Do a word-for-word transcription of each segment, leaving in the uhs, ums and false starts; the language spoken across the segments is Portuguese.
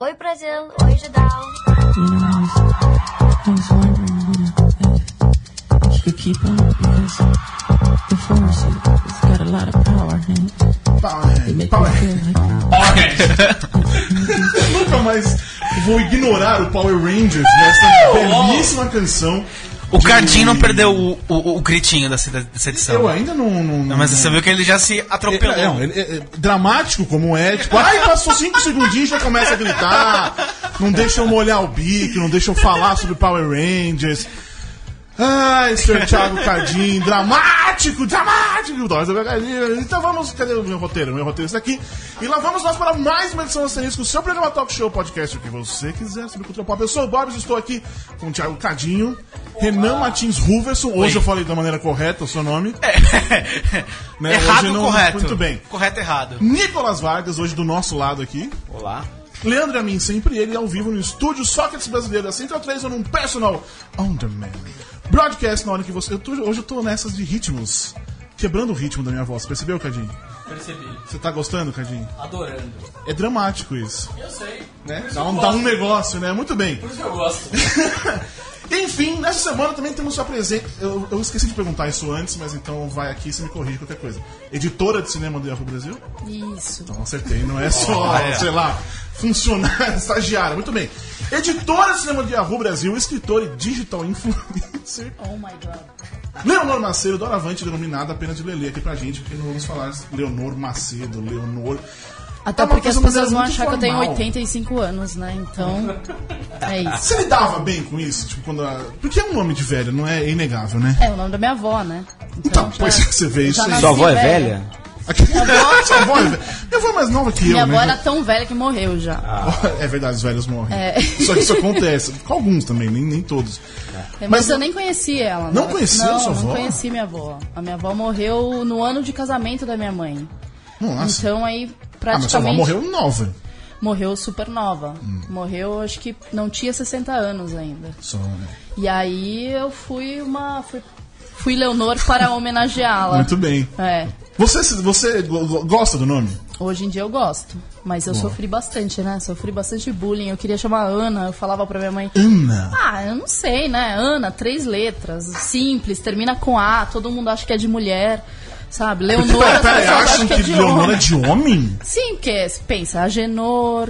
Oi, Brasil. Oi, Judal. You know, I was, I was wondering, you know, if, if you could keep on, because the force, it's got a lot of power in it. Power, power. Nunca mais vou ignorar o Power Rangers nessa belíssima canção. O Cardinho não perdeu o, o, o gritinho dessa, dessa edição. Eu ainda não... não, não mas não, você viu que ele já se atropelou. É, não, ele, é, é, dramático como é. Tipo, ai, passou cinco segundinhos e já começa a gritar. Não deixa eu molhar o bico, não deixa eu falar sobre Power Rangers. Ai, senhor Thiago Cardinho, dramático, dramático. Então vamos, cadê o meu roteiro? O meu roteiro está aqui. E lá vamos nós para mais uma edição do Asterisco, o seu programa Talk Show Podcast, o que você quiser sobre cultura pop. Eu sou o Borbs, estou aqui com o Thiago Cardinho, Renan Martins Ruverson. Hoje Oi. eu falei da maneira correta o seu nome. É. Né? Errado ou não, correto? Muito bem. Correto errado. Nicolas Vargas, hoje do nosso lado aqui. Olá. Leandro e a mim, sempre ele, ao vivo no estúdio Sócrates Brasileiro da Central três ou num personal on demand broadcast na hora que você... Eu tô, hoje eu tô nessas de ritmos, quebrando o ritmo da minha voz. Percebeu, Cadinho? Percebi. Você tá gostando, Cadinho? Adorando. É dramático isso. Eu sei. Né? Dá, um, dá um negócio, né? Muito bem. Por isso que eu gosto. Enfim, nessa semana também temos sua presença... Eu, eu esqueci de perguntar isso antes, mas então vai aqui e você me corrige qualquer coisa. Editora de cinema do Yahoo Brasil? Isso. Então acertei, não é só, oh, sei lá, funcionária, estagiária. Muito bem. Editora de cinema do Yahoo Brasil, escritor e digital influencer. Oh my God. Leonor Macedo, doravante denominada apenas de Lelê aqui pra gente, porque não vamos falar Leonor Macedo, Leonor... Até é porque as pessoas vão achar formal. que eu tenho oitenta e cinco anos, né? Então, é isso. Você lidava bem com isso? Tipo, quando a... Porque é um nome de velho, não é inegável, né? É o nome da minha avó, né? Então, então pois já, você vê isso aí. Sua avó é velha? Minha avó, sua avó é velha. Minha avó é mais nova que minha eu, né? Minha avó né? era tão velha que morreu já. Ah. É verdade, os velhos morrem. É. Só que isso acontece. Com alguns também, nem, nem todos. É, mas, mas eu nem conheci ela. Não né? conhecia não, a sua avó? avó? Não conheci minha avó. A minha avó morreu no ano de casamento da minha mãe. Nossa. Então aí praticamente... Ah, mas sua avó morreu nova. Morreu super nova. Hum. Morreu, acho que não tinha sessenta anos ainda. Só, né? E aí eu fui uma... Fui, fui Leonor para homenageá-la. Muito bem. É. Você, você gosta do nome? Hoje em dia eu gosto. Mas eu Bom. sofri bastante, né? Sofri bastante bullying. Eu queria chamar Ana. Eu falava pra minha mãe... Ana? Ah, eu não sei, né? Ana, três letras. Simples, termina com A. Todo mundo acha que é de mulher. Sabe? Leonor, pera, pera, as pessoas acham que é de Leonor homem. é de homem? Sim, porque você pensa, Agenor,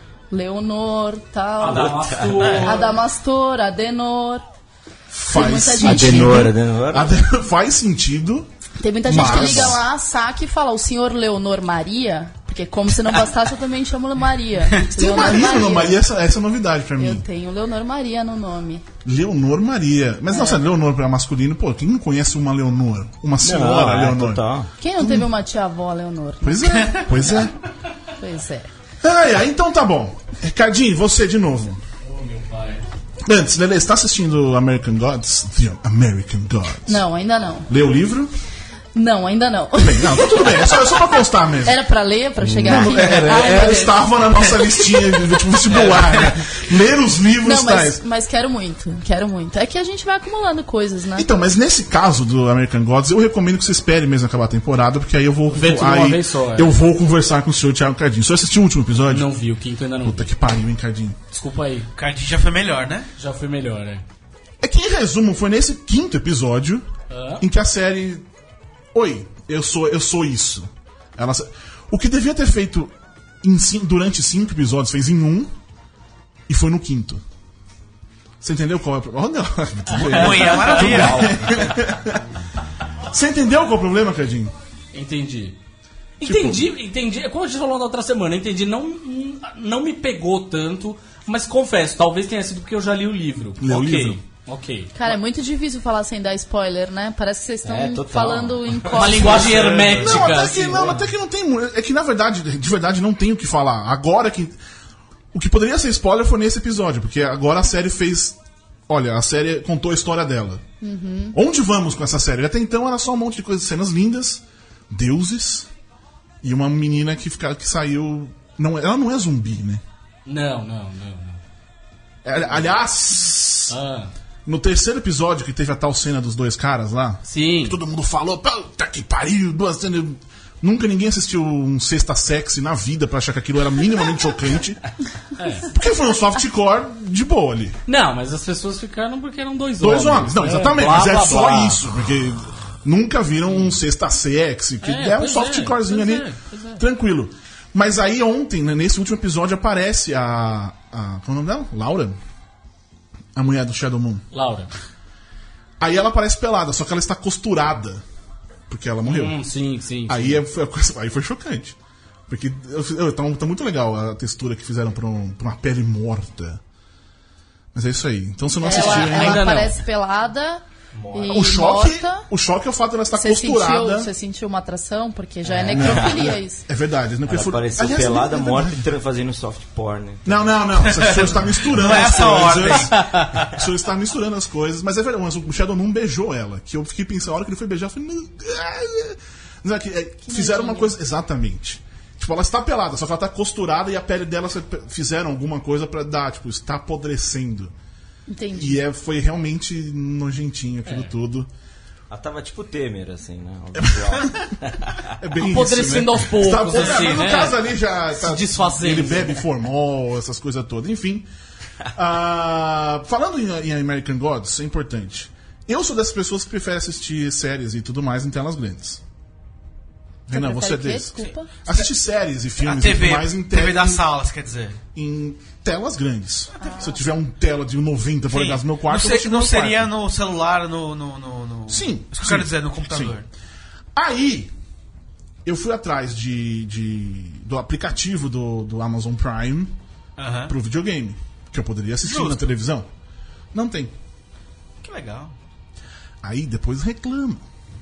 Leonor, tal. Adamastor. Adamastor, Adenor. Faz muita sentido. Adenor, Adenor. Adenor. Faz sentido. Tem muita gente mas... que liga lá, saca e fala, o senhor Leonor Maria, porque como se não bastasse, eu também chamo Maria. Tem Leonor Maria, Maria. Não, Maria essa, essa é novidade pra mim. Eu tenho Leonor Maria no nome. Leonor Maria. Mas é. Nossa, Leonor é masculino. Pô, quem não conhece uma Leonor? Uma senhora não, é, Leonor? Total. Quem não hum. teve uma tia-avó Leonor? Né? Pois é, pois é. Pois é. Ai, ai, então tá bom. Ricardinho, você de novo. Oh, meu pai. Antes, Lelê, você tá assistindo American Gods? The American Gods. Não, ainda não. Leu o livro? Não, ainda não. Tudo bem, não, tá tudo bem. É só, é só pra constar mesmo. Era pra ler, pra chegar não, aqui? Era, Ai, era, estava na nossa listinha de tipo, vestibular, né? Ler os livros não, mas, tais. mas quero muito, quero muito. É que a gente vai acumulando coisas, né? Então, mas nesse caso do American Gods, eu recomendo que você espere mesmo acabar a temporada, porque aí eu vou Vê tudo aí, uma vez só, é. eu vou conversar com o senhor Thiago Cardinho. Você assistiu o último episódio? Não vi, o quinto ainda não Puta vi. que pariu, hein, Cardinho? Desculpa aí. O Cardinho já foi melhor, né? Já foi melhor, é. É que, em resumo, foi nesse quinto episódio ah. em que a série... Oi, eu sou, eu sou isso. Ela, o que devia ter feito em, durante cinco episódios, fez em um e foi no quinto. Você entendeu qual é o problema? Oh, não. Oi, é maravilha. Você entendeu qual é o problema, Cardinho? Entendi. Tipo, Entendi, entendi. Como a gente falou na outra semana, entendi. Não, não me pegou tanto, mas confesso, talvez tenha sido porque eu já li o livro. Leu ok. o livro? Ok. Cara, é muito difícil falar sem dar spoiler, né? Parece que vocês estão é, falando em uma linguagem hermética. Não, até que, assim, não, né? até que não tem. É que na verdade, de verdade, não tem o que falar. Agora que. O que poderia ser spoiler foi nesse episódio, porque agora a série fez. Olha, a série contou a história dela. Uhum. Onde vamos com essa série? Até então era só um monte de coisas, cenas lindas, deuses e uma menina que, fica, que saiu. Não, ela não é zumbi, né? Não, não, não. não. É, aliás. Ah. No terceiro episódio que teve a tal cena dos dois caras lá, sim, que todo mundo falou, puta que pariu, duas cenas Nunca ninguém assistiu um Sexta Sexy na vida pra achar que aquilo era minimamente chocante. Porque foi um softcore de boa ali. Não, mas as pessoas ficaram porque eram dois, Dois homens. homens, não, É, exatamente, blá, mas é blá, só blá. isso, porque nunca viram um Sexta Sexy, que É, é, um pois softcorezinho é, ali, pois é, pois é. tranquilo. Mas aí ontem, né, nesse último episódio, aparece a, a... Qual é o nome dela? Laura? A mulher do Shadow Moon. Laura. Aí ela aparece pelada, só que ela está costurada, porque ela morreu. Hum, sim, sim. Aí, é, foi, a coisa- aí foi chocante. Porque eu- eu- tá, tá muito legal a textura que fizeram pra, um- pra uma pele morta. Mas é isso aí. Então se não assistiu Ela, ainda... ela Ainda não. aparece pelada e O choque, morta. o choque é o fato dela estar Você sentiu, costurada. você sentiu uma atração? Porque já é, necrofilia isso. É verdade. Não Ela apareceu Aliás, pelada, é verdade. morta e tra- fazendo soft porn. Né? Não, não, não. Você só está misturando Não é as essa coisas. O senhor está misturando as coisas. Mas é verdade, mas o Shadow Moon beijou ela. Que eu fiquei pensando, a hora que ele foi beijar, eu falei. "Não, ah, não, é que, é, fizeram uma coisa. Exatamente. Tipo, ela está pelada, só que ela está costurada e a pele dela se- fizeram alguma coisa pra dar, tipo, está apodrecendo. Entendi. E é, foi realmente nojentinho aquilo tudo. Ela tava tipo Temer, assim, né? O visual. É bem Apodrecendo isso, né? aos poucos, Tá apodrecendo, assim, mas no né? caso ali já tá, desfazendo. ele bebe formol, essas coisas todas. Enfim. Ah, falando em, em American Gods, é importante. Eu sou dessas pessoas que preferem assistir séries e tudo mais em telas grandes. Renan, prefere você é o quê? desse. Desculpa. Assiste séries e A filmes T e V, tudo mais em, T V te- das salas, quer dizer. em telas grandes. Se eu tiver um tela de noventa polegadas no meu quarto, não, eu vou sei- assistir não no meu seria quarto. no celular, no... no, no, no... Sim, Isso que eu sim, quero dizer, no computador. sim. Aí, eu fui atrás de, de- do aplicativo do, do Amazon Prime Aham. pro videogame, que eu poderia assistir Justo. na televisão. Não tem. Que legal. Aí depois reclama.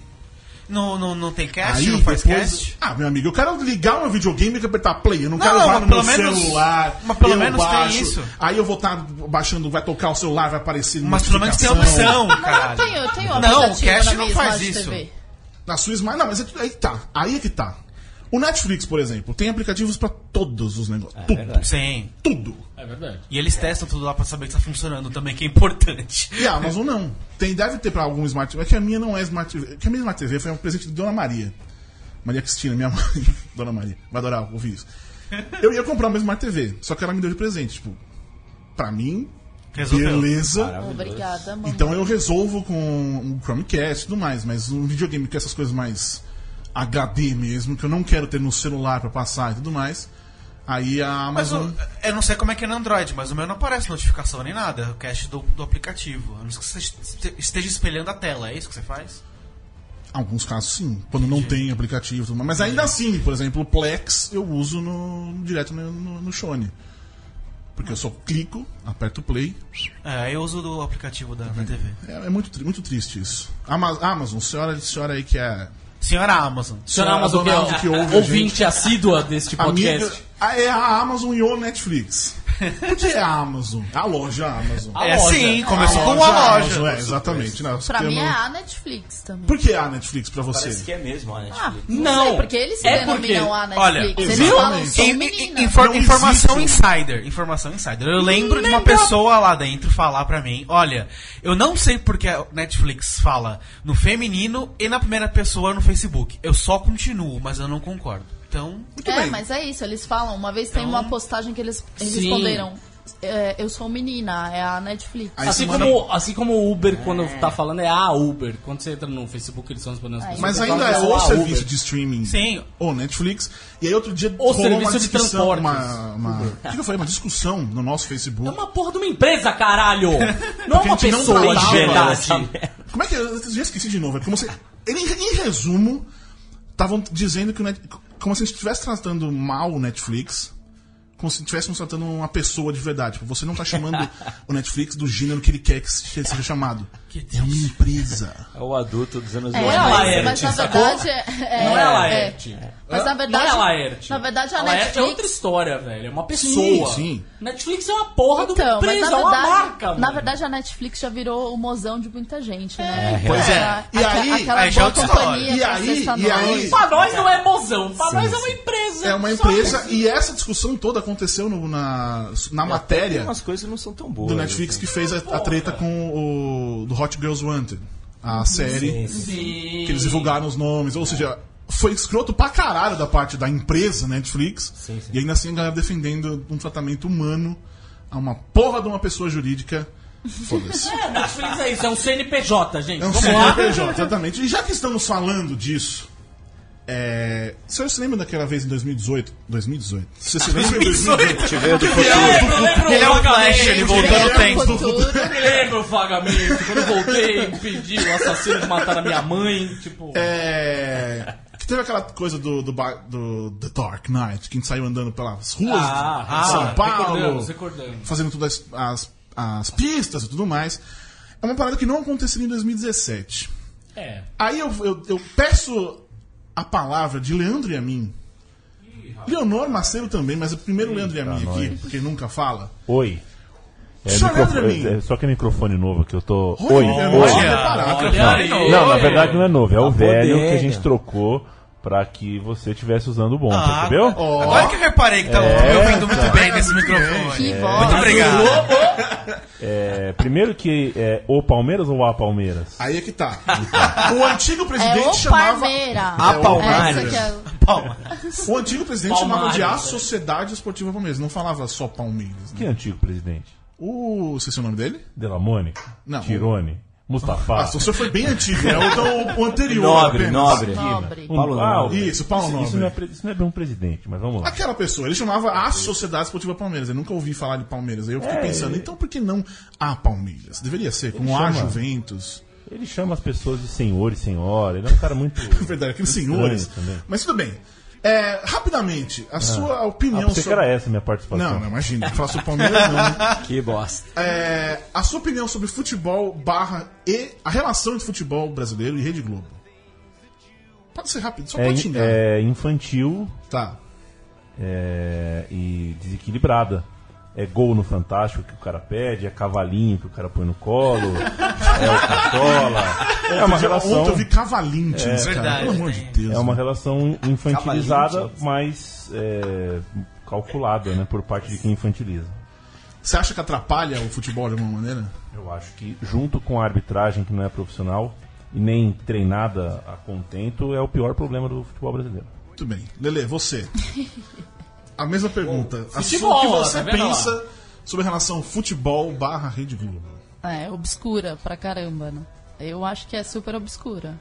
Não, não, não tem cast? Aí não faz depois. cast? Ah, meu amigo, eu quero ligar o meu videogame e apertar play. Eu não, Não, quero levar mas no meu pelo menos- celular. mas pelo eu menos tem baixo, isso. Aí eu vou estar baixando, vai tocar o celular, vai aparecer Mas pelo menos tem a notificação. opção, Não, caralho. eu tenho, eu tenho um Não, o aplicativo cast na não minha faz Smart isso. T V. Na sua Smart. Não, mas é- aí tá. Aí é que tá. O Netflix, por exemplo, tem aplicativos pra todos os negócios. tudo. verdade. Sim. Tudo. É verdade. E eles testam tudo lá pra saber que tá funcionando também, que é importante. E a Amazon não. Tem, deve ter pra algum Smart T V. É que a minha não é Smart T V. É que a minha Smart T V foi um presente de Dona Maria. Maria Cristina, minha mãe. Dona Maria. Vai adorar ouvir isso. Eu ia comprar uma Smart T V, só que ela me deu de presente. Tipo, pra mim, Resolveu. beleza. Obrigada, mamãe. Então eu resolvo com o Chromecast e tudo mais, mas um videogame com essas coisas mais H D mesmo, que eu não quero ter no celular pra passar e tudo mais, aí a Mas Amazon... o- eu não sei como é que é no Android, mas o meu não aparece notificação nem nada, o cast do, do aplicativo. A não ser que você este- esteja espelhando a tela, é isso que você faz? Alguns casos sim, quando não tem aplicativo e tudo mais. Mas ainda assim, por exemplo, o Plex eu uso no, direto no, no, no Shone. Porque eu só clico, aperto o play. É, eu uso do aplicativo da, da T V. É, é muito, tri- muito triste isso. Ama- Amazon, senhora, senhora aí que é... Senhora Amazon. Senhora Amazon, que é Amazon que ouve a ouvinte assídua deste podcast. Amiga, ah, é a Amazon e o Netflix. Por que é a Amazon? A loja Amazon. A É loja. sim, começou A com uma loja. Amazon, é, exatamente. Não, Pra porque mim eu é não- a Netflix também. Por que a Netflix pra você? Parece que é mesmo a Netflix. Ah, Não, sei, porque eles se é denominam porque- a Netflix. olha, eles viu? falam, sou In- in- menina. infor- Não informação existe. insider. Informação insider. Eu lembro de uma pessoa lá dentro falar pra mim: olha, eu não sei porque a Netflix fala no feminino e na primeira pessoa no Facebook. Eu só continuo, mas eu não concordo. Então. Muito É, bem. mas é isso, eles falam. Uma vez tem uma postagem que eles, eles Sim. responderam. é, eu sou menina, é a Netflix. Aí Assim semana- como, assim como o Uber, quando tá falando, é a Uber. Quando você entra no Facebook, eles estão respondendo as pessoas. Mas Você ainda fala, é o a serviço Uber. de streaming. Sim. Ou Netflix. E aí outro dia O rolou serviço uma de discussão, transportes. uma, uma, o que que eu falei? Uma discussão no nosso Facebook. É uma porra de uma empresa, caralho! Não é Porque uma a gente não pessoa de tratava verdade. Como é que eu já esqueci de novo? É como se, ele, em resumo, estavam dizendo que o Net, como se a gente estivesse tratando mal o Netflix, como se estivéssemos tratando uma pessoa de verdade. Tipo, você não está chamando o Netflix do gênero que ele quer que seja chamado. É uma empresa. É o adulto dos anos É, Não é oitenta. a mas, Laerte, mas na sacou? verdade é, é- Não é a é. Laerte. Mas na verdade, Não é a Laerte. na verdade a, a Laerte Netflix é outra história, velho. É uma pessoa. Sim, sim. Netflix é uma porra de uma Então, mas empresa, na é uma verdade, marca, na mano. verdade a Netflix já virou o mozão de muita gente, né? Pois é. A- E aque- aí- aquela aí já é boa outra companhia história. pra E aí- sexta-noite. e aí- Pra nós não é mozão, pra nós é uma empresa. É uma Só empresa. E essa discussão toda aconteceu no- na, na Tem matéria umas coisas que não são tão boas. do Netflix que assim. fez a, a treta com o do Hot Girls Wanted. A série Sim, sim. Sim. que eles divulgaram os nomes. Ou seja, foi escroto pra caralho da parte da empresa Netflix. Sim, sim. E ainda assim a galera defendendo um tratamento humano a uma porra de uma pessoa jurídica. Foda-se. É, Netflix é isso, é um C N P J, gente. É um Vamos C lá. N P J, exatamente. E já que estamos falando disso, é... o senhor se lembra daquela vez em dois mil e dezoito? dois mil e dezoito? Você se lembra em dois mil e dezoito? Te veio do Eu futuro. lembro Ele é um vagamente, flash, ele voltou no É, tempo. futuro. Eu lembro vagamente, quando eu voltei, pedi o assassino de matar a minha mãe, tipo... É... Que teve aquela coisa do, do, ba- do The Dark Knight, que a gente saiu andando pelas ruas Ah, de São ah, Paulo, recordamos, recordamos. fazendo todas as, as, as pistas e tudo mais. É uma parada que não aconteceria em dois mil e dezessete. É. Aí eu, eu, eu peço a palavra de Leandro e a mim. Leonor Macedo também, mas primeiro Leandro e a mim aqui, porque nunca fala. Oi. É, Só microfone- Leandro e mim. é, só que é microfone novo que eu tô. Olha, Oi, é oi. mais preparado. olha aí. Não, na verdade não é novo, é o A velho bodega. que a gente trocou pra que você estivesse usando o bom, Ah, percebeu? Agora que eu reparei que tá É, me ouvindo muito tá. bem nesse microfone. Que voz. Muito obrigado. É, primeiro que é o Palmeiras ou a Palmeiras? Aí é que tá. O antigo É presidente o chamava. Palmeira. A Palmares. Essa que é... Palma. O antigo presidente chamava de A Palmares, Sociedade Esportiva Palmeiras. Não falava só Palmeiras. Né? Que antigo presidente? O. Esqueci o nome dele? Della Mônica? Não. Tirone? Mustafa? Ah, o senhor foi bem antigo, né? Então o anterior. Nobre, apenas. nobre. Nobre. Um- Paulo ah, Nobre. Isso, Paulo isso, Nobre. isso não é, pre- isso não é bem um presidente, mas vamos lá. Aquela pessoa, ele chamava a Sociedade Esportiva Palmeiras. Eu nunca ouvi falar de Palmeiras. Aí eu fiquei É, pensando, ele- então por que não a Palmeiras? Deveria ser, como Ele a chama- Juventus. Ele chama as pessoas de senhor e senhora, ele é um cara muito... É verdade, aqueles muito senhores. estranho também. Mas tudo bem. É, rapidamente, a sua Ah, opinião pensei que sobre. era essa a minha participação. Não, não, imagina. Falar sobre Palmeiras não. Que bosta. É, a sua opinião sobre futebol barra e a relação entre futebol brasileiro e Rede Globo. Pode ser rápido, só É, pode in- xingar. é infantil Tá. é, e desequilibrada. É gol no Fantástico que o cara pede, é cavalinho que o cara põe no colo, é o Cartola. É uma Ontem relação, eu vi Cavalinho, cara. verdade, Pelo amor tem. de Deus. é uma né? relação infantilizada, Cavalinho, mas é, calculada, né, por parte de quem infantiliza. Você acha que atrapalha o futebol de alguma maneira? Eu acho que junto com a arbitragem que não é profissional e nem treinada a contento, é o pior problema do futebol brasileiro. Muito bem. Lele, você. A mesma pergunta. A futebol, sua, o que ó, você tá vendo pensa sobre a relação futebol barra Rede Globo? É, obscura pra caramba, né? Eu acho que é super obscura.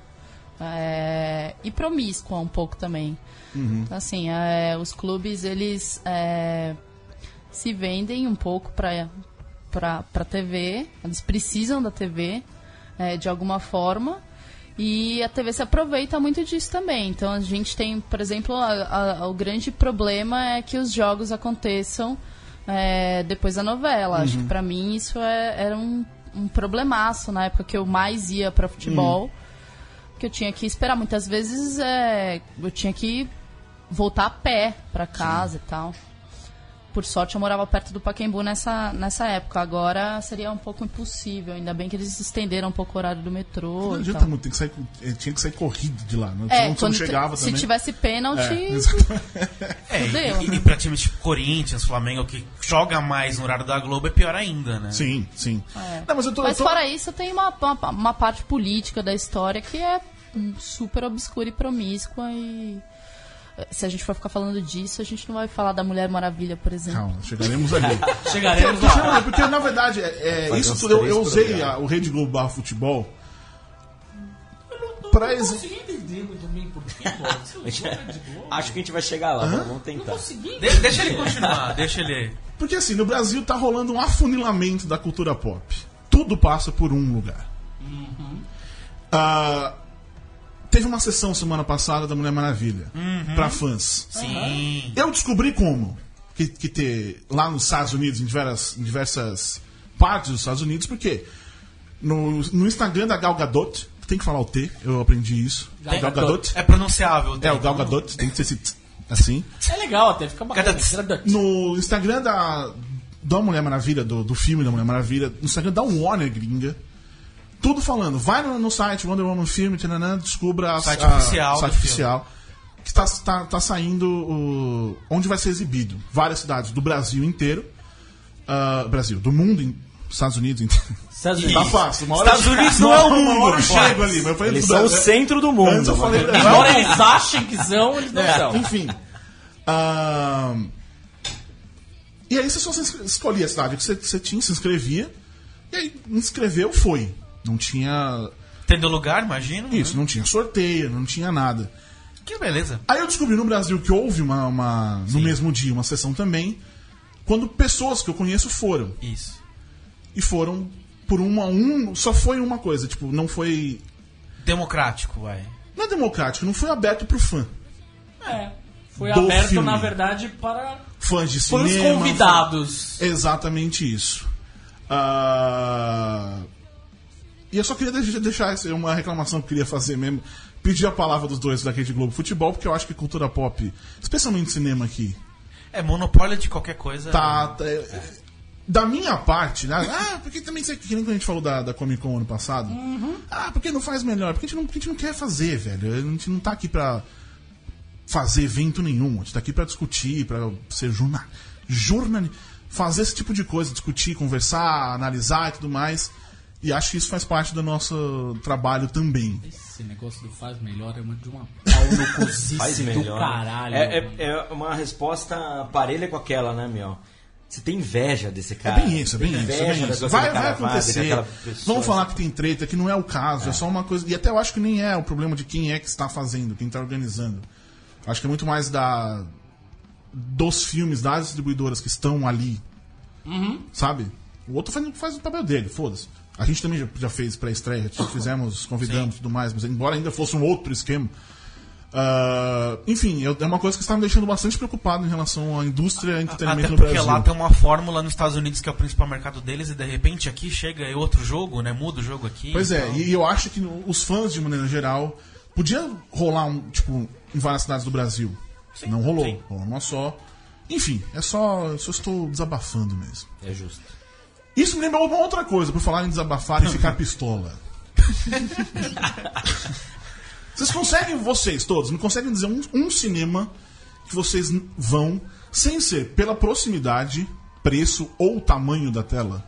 É, e promíscua um pouco também. Então, assim, é, os clubes, eles é, se vendem um pouco pra, pra, pra T V. Eles precisam da T V, é, de alguma forma. E a T V se aproveita muito disso também. Então, a gente tem, por exemplo, a- a- o grande problema é que os jogos aconteçam é, depois da novela. Acho que pra mim isso é- era um, um problemaço na época que eu mais ia pra futebol. Que eu tinha que esperar. Muitas vezes é, eu tinha que voltar a pé pra casa e tal. Por sorte, eu morava perto do Pacaembu nessa, nessa época. Agora seria um pouco impossível. Ainda bem que eles estenderam um pouco o horário do metrô. Não e adianta tal. muito, tem que sair, com- eh, tinha que sair corrido de lá. Né? É, Senão você não quando chegava te- se também. tivesse pênalti, É, exatamente. É, Fudeu. e, e pra times tipo Corinthians, Flamengo, que joga mais no horário da Globo, é pior ainda, né? Sim, sim. É. Não, mas eu tô, Mas eu tô- fora isso, tem uma, uma, uma parte política da história que é hum, super obscura e promíscua. E eh, se a gente for ficar falando disso, a gente não vai falar da Mulher Maravilha, por exemplo. Calma, chegaremos ali. Chegaremos Porque, lá. não, porque, na verdade, é, é, Faz isso uns tudo, eu, três eu usei programas. a- o Rede Globo barra futebol pra ex... consegui entender muito bem por que Acho que a gente vai chegar lá, vamos, vamos tentar. De- deixa ele continuar, deixa ele. Porque assim, no Brasil tá rolando um afunilamento da cultura pop. Tudo passa por um lugar. Ah, teve uma sessão semana passada da Mulher Maravilha pra fãs. Sim. Eu descobri como que, que ter lá nos Estados Unidos, em diversas, em diversas partes dos Estados Unidos, porque no, no Instagram da Gal Gadot, tem que falar o T, eu aprendi isso. Gal Gal Gadot. Gadot. É pronunciável. É, o Gal Gadot, tem que ser esse tss, assim. É legal até, fica bacana. Cada- No Instagram da, da Mulher Maravilha, do, do filme da Mulher Maravilha, no Instagram da Warner gringa, tudo falando. Vai no, no site Wonder Woman Film, tananã, descubra a, Site a- oficial site do oficial que tá, tá, tá saindo o, onde vai ser exibido. Várias cidades do Brasil inteiro. ah, Brasil, do mundo. in- Estados Unidos, então. Estados Tá Unidos. fácil. Uma hora Estados eu- Unidos não é o uma mundo. hora eu chego ali, mas eu falei Eles do são o Brasil. centro do mundo. Antes eu falei mano. Embora eles achem que são, eles não são. Enfim. Ah, e aí você só se escolhia a cidade que você, você tinha, se inscrevia. E aí, inscreveu, foi. Não tinha. Tendo lugar, imagino. Isso, não tinha sorteio, não tinha nada. Que beleza. Aí eu descobri no Brasil que houve uma, uma no mesmo dia uma sessão também, quando pessoas que eu conheço foram. Isso. E foram por uma um, só foi uma coisa, tipo, não foi Democrático, vai. não é democrático, não foi aberto pro fã. É. Foi Do aberto, filme. na verdade, para Fãs de fãs cinema. convidados. fã- Exatamente isso. Ah, e eu só queria de- deixar essa- uma reclamação que eu queria fazer mesmo. Pedir a palavra dos dois da Rede Globo Futebol, porque eu acho que cultura pop, especialmente cinema aqui, É monopólio de qualquer coisa. tá. tá- é- Da minha parte, né? Ah, porque também sei que nem quando a gente falou da, da Comic Con ano passado. Ah, porque não faz melhor? Porque a gente não, porque a gente não quer fazer, velho. A gente não tá aqui pra fazer evento nenhum. A gente tá aqui pra discutir, pra ser jornal, jornal, fazer esse tipo de coisa, discutir, conversar, analisar e tudo mais. E acho que isso faz parte do nosso trabalho também. Esse negócio do faz melhor é muito de uma pau no Faz cozice do melhor. caralho. É, é, é uma resposta parelha com aquela, né, meu? Você tem inveja desse cara. É bem isso, é bem Tem isso. É inveja bem da isso. tua Vai, cara vai lavada, acontecer. daquela pessoa. Vamos falar que tem treta, que não é o caso. É. é só uma coisa. E até eu acho que nem é o problema de quem é que está fazendo, quem está organizando. Acho que é muito mais da dos filmes, das distribuidoras que estão ali. Sabe? O outro faz, faz o papel dele, foda-se. A gente também já, já fez pré-estreia, já fizemos, convidamos e tudo mais, mas embora ainda fosse um outro esquema. ah, enfim, eu- é uma coisa que está me deixando bastante preocupado em relação à indústria e entretenimento Até no porque Brasil. lá tem uma fórmula nos Estados Unidos que é o principal mercado deles e de repente aqui chega outro jogo, né? Muda o jogo aqui. Pois é, então- e eu acho que no- os fãs, de maneira geral, podia rolar um, tipo, em várias cidades do Brasil. Não rolou, sim. rolou uma só. Enfim, é só. Eu só estou desabafando mesmo. É justo. Isso me lembrou uma outra coisa, por falar em desabafar e ficar pistola. Vocês conseguem, vocês todos, me conseguem dizer um, um cinema que vocês n- vão sem ser pela proximidade, preço ou tamanho da tela?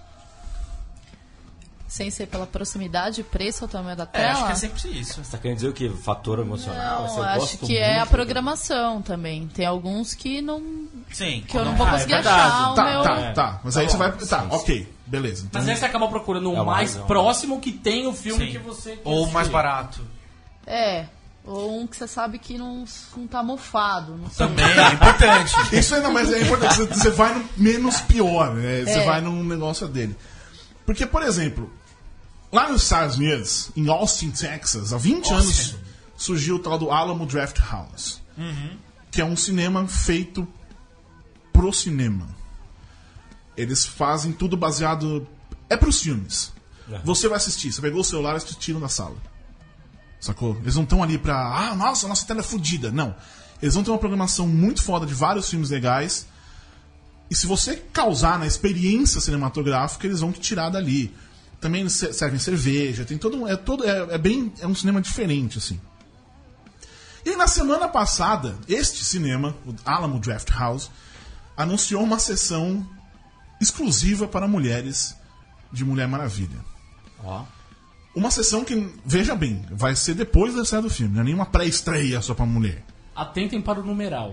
Sem ser pela proximidade, preço ou tamanho da É, tela? acho que é sempre isso. Você tá querendo dizer o quê? Fator emocional? Não, Você acho gosta que é a muito programação também. Tem alguns que não Sim. que eu não Não- vou Ah, é conseguir verdade. achar o Tá, meu. tá, tá. Mas aí Tá você bom, vai. Tá, sim, ok, beleza. Então, Mas aí você acaba procurando o É uma mais razão, próximo que tem o filme Sim. que você quer Ou mais assistir. barato. É. Ou um que você sabe que não, não tá mofado. Não sei. Também é importante. Isso ainda mais é importante. Você- Você vai no menos pior, né? Você É. vai num negócio dele. Porque, por exemplo, lá nos Estados Unidos, em Austin, Texas, há vinte anos, surgiu o tal do Alamo Draft House. Que é um cinema feito pro cinema. Eles fazem tudo baseado. É pros filmes. Você vai assistir, você pegou o celular e te tiram da sala. Sacou? Eles não estão ali pra. Ah, nossa, nossa tela é fodida. Não. Eles vão ter uma programação muito foda de vários filmes legais. E se você causar na experiência cinematográfica, eles vão te tirar dali. Também eles se- servem cerveja, tem todo um. É, todo, é, é bem. É um cinema diferente, assim. E aí, na semana passada, este cinema, o Alamo Draft House, anunciou uma sessão exclusiva para mulheres de Mulher Maravilha. Ó. Uma sessão que, veja bem, vai ser depois da estreia do filme, não é nenhuma pré-estreia só pra mulher. Atentem para o numeral.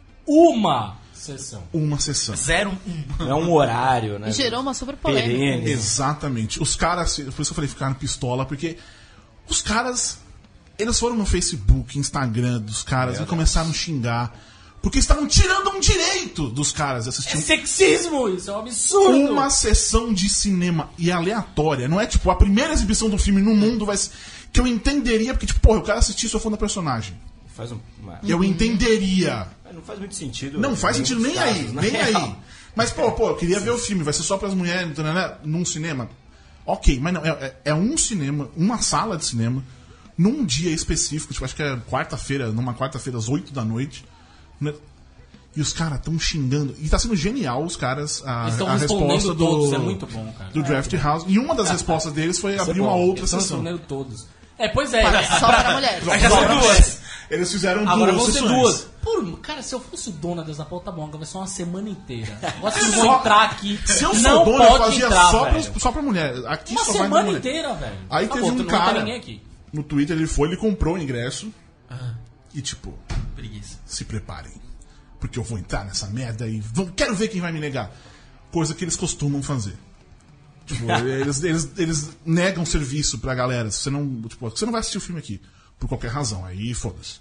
Uma sessão. Uma sessão. Zero, um. Não é um horário, né? E gerou uma super polêmica. Perene. Exatamente. Os caras, por isso que eu falei ficaram pistola, porque os caras, eles foram no Facebook, Instagram dos caras e começaram a xingar, porque estavam tirando um direito dos caras de É assistir sexismo, isso é um absurdo. uma sessão de cinema e aleatória. Não é tipo a primeira exibição do filme no mundo vai ser- que eu entenderia, porque tipo, porra, eu quero assistir se eu for da personagem. Faz um, uma- Eu entenderia. Mas não faz muito sentido. Não faz em sentido nem muitos aí, casos, na nem real. aí. Mas, pô, pô, eu queria ver o filme, vai ser só pras mulheres, né, num cinema. Ok, mas não, é, é- é um cinema, uma sala de cinema, num dia específico, tipo, acho que é quarta-feira, numa quarta-feira às oito da noite, né? E os caras tão xingando. E tá sendo genial os caras, a, Eles estão a respondendo resposta do, todos, é muito bom, cara. do Draft House. E uma das respostas deles foi Isso é abrir bom. uma outra Eles estão sessão. respondendo todos. É, pois é. Só para mulheres. Aí já são duas. Eles fizeram Agora duas vão ser sessões. duas. Por Por, cara, se eu fosse o dono da Zapol, tá bom, agora vai ser uma semana inteira. Agora vocês vão entrar aqui. Se eu sou não dono, eu pode fazia entrar, só, velho. pra, só pra mulher. Aqui Uma só vai semana mulher. inteira, velho. Aí Tá teve bom, um não vai ter cara ninguém aqui. no Twitter, ele foi, ele comprou o ingresso Ah, e tipo, preguiça. se preparem. Porque eu vou entrar nessa merda e vou, quero ver quem vai me negar. Coisa que eles costumam fazer. Tipo, eles, eles, eles negam serviço pra galera. Você não, tipo, você não vai assistir o filme aqui. Por qualquer razão. Aí foda-se.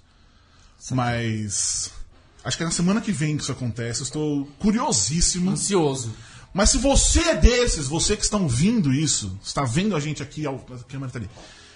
Mas acho que é na semana que vem que isso acontece. Eu estou curiosíssimo. Ansioso. Mas se você é desses, você que estão ouvindo isso, está vendo a gente aqui, a câmera tá ali,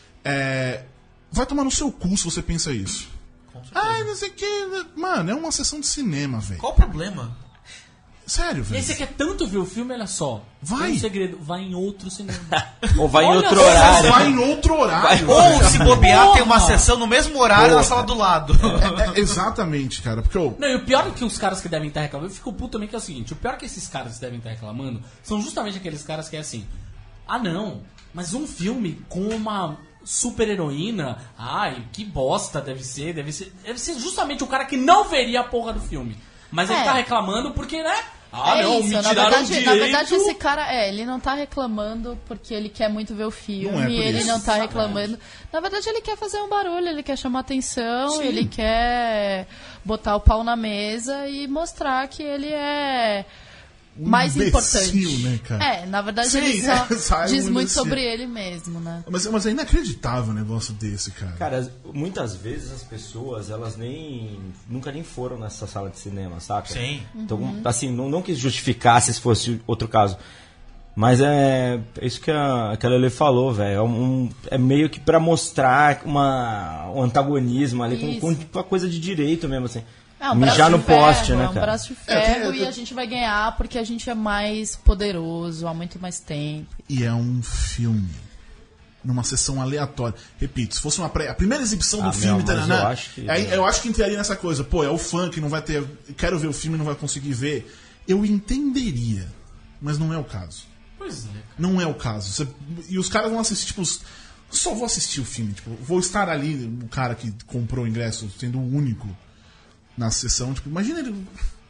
é, vai tomar no seu cu se você pensa isso. Ai, não sei o que. Mano, é uma sessão de cinema, velho. Qual o problema? Sério, E velho. aí você quer tanto ver o filme, olha só. Vai. Tem um segredo, vai em outro cinema. Ou vai em Olha outro só, horário. Vai em outro horário. Ou, se bobear, Porra. tem uma sessão no mesmo horário Porra. na sala do lado. É, exatamente, cara. Porque eu. Não, e o pior é que os caras que devem estar reclamando, eu fico puto também que é o seguinte, o pior é que esses caras que devem estar reclamando são justamente aqueles caras que é assim, ah não, mas um filme com uma super heroína, ai, que bosta deve ser, deve ser, deve ser justamente o cara que não veria a porra do filme. Mas ele É. tá reclamando porque, né? Ah, é não, isso, me na tiraram verdade, o direito. na verdade esse cara, é, ele não tá reclamando porque ele quer muito ver o filme, Não é por ele isso. não tá reclamando. Na verdade ele quer fazer um barulho, ele quer chamar atenção, ele quer botar o pau na mesa e mostrar que ele é mais imbecil, importante. né, cara? É, na verdade Sim, ele só é, sai diz um muito imbecil. sobre ele mesmo, né? Mas, mas é inacreditável um negócio desse, cara. Cara, muitas vezes as pessoas, elas nem. Nunca nem foram nessa sala de cinema, saca? Sim. Então, assim, não, não que justificasse se fosse outro caso. Mas é, é isso que a, que a Lelê falou, velho. É, um, é meio que pra mostrar uma, um antagonismo ali com, Isso. com uma coisa de direito mesmo, assim. É um Mijar braço no de ferro, poste, né, é um cara? braço de É, ferro tem- e a gente vai ganhar porque a gente é mais poderoso há muito mais tempo. E é um filme. Numa sessão aleatória. Repito, se fosse uma pré... a primeira exibição Ah, do filme, meu, mas taranã, eu acho que- aí, eu acho que entraria nessa coisa. Pô, é o fã que não vai ter. Quero ver o filme e não vai conseguir ver. Eu entenderia. Mas não é o caso. Pois é. Não é o caso. Você- e os caras vão assistir, tipo. os- Só vou assistir o filme. Tipo, vou estar ali, o cara que comprou o ingresso, sendo o único na sessão. Tipo, imagina ele.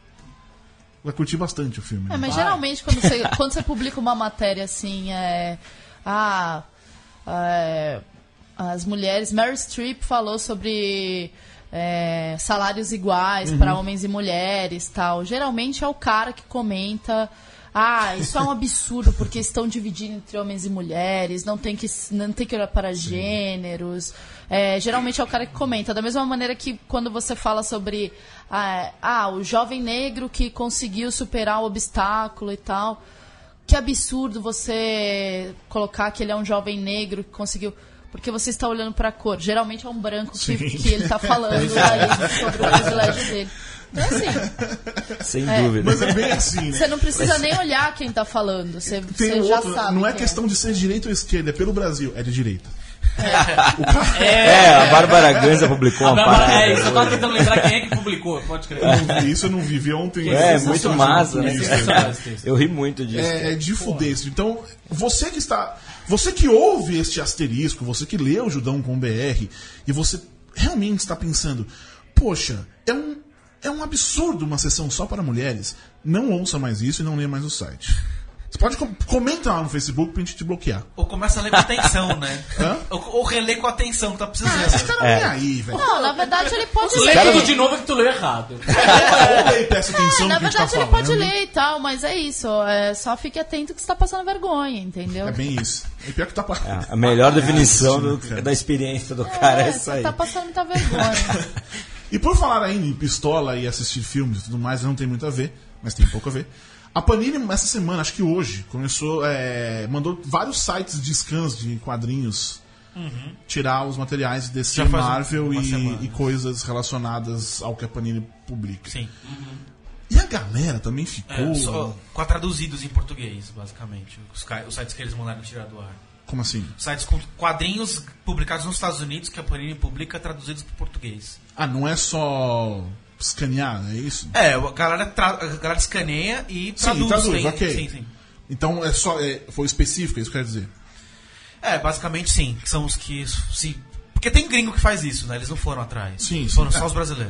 Vai curtir bastante o filme. É, né? mas Vai. geralmente quando você, quando você publica uma matéria assim, é. Ah. é, as mulheres. Meryl Streep falou sobre. é, salários iguais para homens e mulheres, tal. Geralmente é o cara que comenta: ah, isso é um absurdo porque estão dividindo entre homens e mulheres, não tem que, não tem que olhar para gêneros. É, geralmente é o cara que comenta. Da mesma maneira que quando você fala sobre ah, ah, o jovem negro que conseguiu superar o obstáculo e tal. Que absurdo você colocar que ele é um jovem negro que conseguiu. Porque você está olhando para a cor. Geralmente é um branco que, Sim. que ele está falando aí sobre o privilégio dele. Então, assim, Sem É. dúvida. Mas é bem assim, né? você não precisa nem olhar quem está falando. Você, Tem você um já outro, sabe. não é quem questão de ser de direita ou esquerda, é pelo Brasil, é de direita. É, a Bárbara Ganza publicou A uma Bárbara- parada. é isso, eu tava tentando lembrar quem é que publicou, pode crer. Eu não vi isso, eu não vi, vi ontem. É, Eu muito achei massa, né? isso, Sensacional esse texto. Eu ri muito disso. É, é de fuder isso. Então, você que está. Você que ouve este asterisco, você que lê o Judão com B R, e você realmente está pensando, poxa, é um, é um absurdo uma sessão só para mulheres. Não ouça mais isso e não lê mais o site. Você pode com comenta lá no Facebook pra gente te bloquear. Ou começa a ler com atenção, né? Hã? Ou, ou reler com atenção, que tá Ah, esse precisando. cara não é aí, velho. Não, na verdade ele pode Lê ler. tudo de novo é que tu leu errado. Ou lê e presta atenção É, na no que a gente verdade tá ele falando. pode ler e tal, mas é isso. É, só fique atento que você tá passando vergonha, entendeu? É bem isso. E pior que tá pa- É, a melhor definição do- cara. da experiência do cara é É, essa aí. você tá passando muita vergonha. E por falar ainda em pistola e assistir filmes e tudo mais, não tem muito a ver, mas tem pouco a ver. A Panini, essa semana, acho que hoje, começou, é, mandou vários sites de scans de quadrinhos tirar os materiais desse Já faz um- Marvel uma e, semana. e coisas relacionadas ao que a Panini publica. Sim. E a galera também ficou. É, só, com a traduzidos em português, basicamente. Os, ca- os sites que eles mandaram tirar do ar. Como assim? Sites com quadrinhos publicados nos Estados Unidos que a Panini publica traduzidos para português. Ah, não é só escanear, é isso? É, a galera, tra- a galera escaneia e traduz. sim, traduz, tem- ok. Sim, sim. Então é só, é, foi específico, é isso que quer dizer. É, basicamente sim. São os que se... Porque tem gringo que faz isso, né? Eles não foram atrás. Sim, sim. Foram só É. os brasileiros.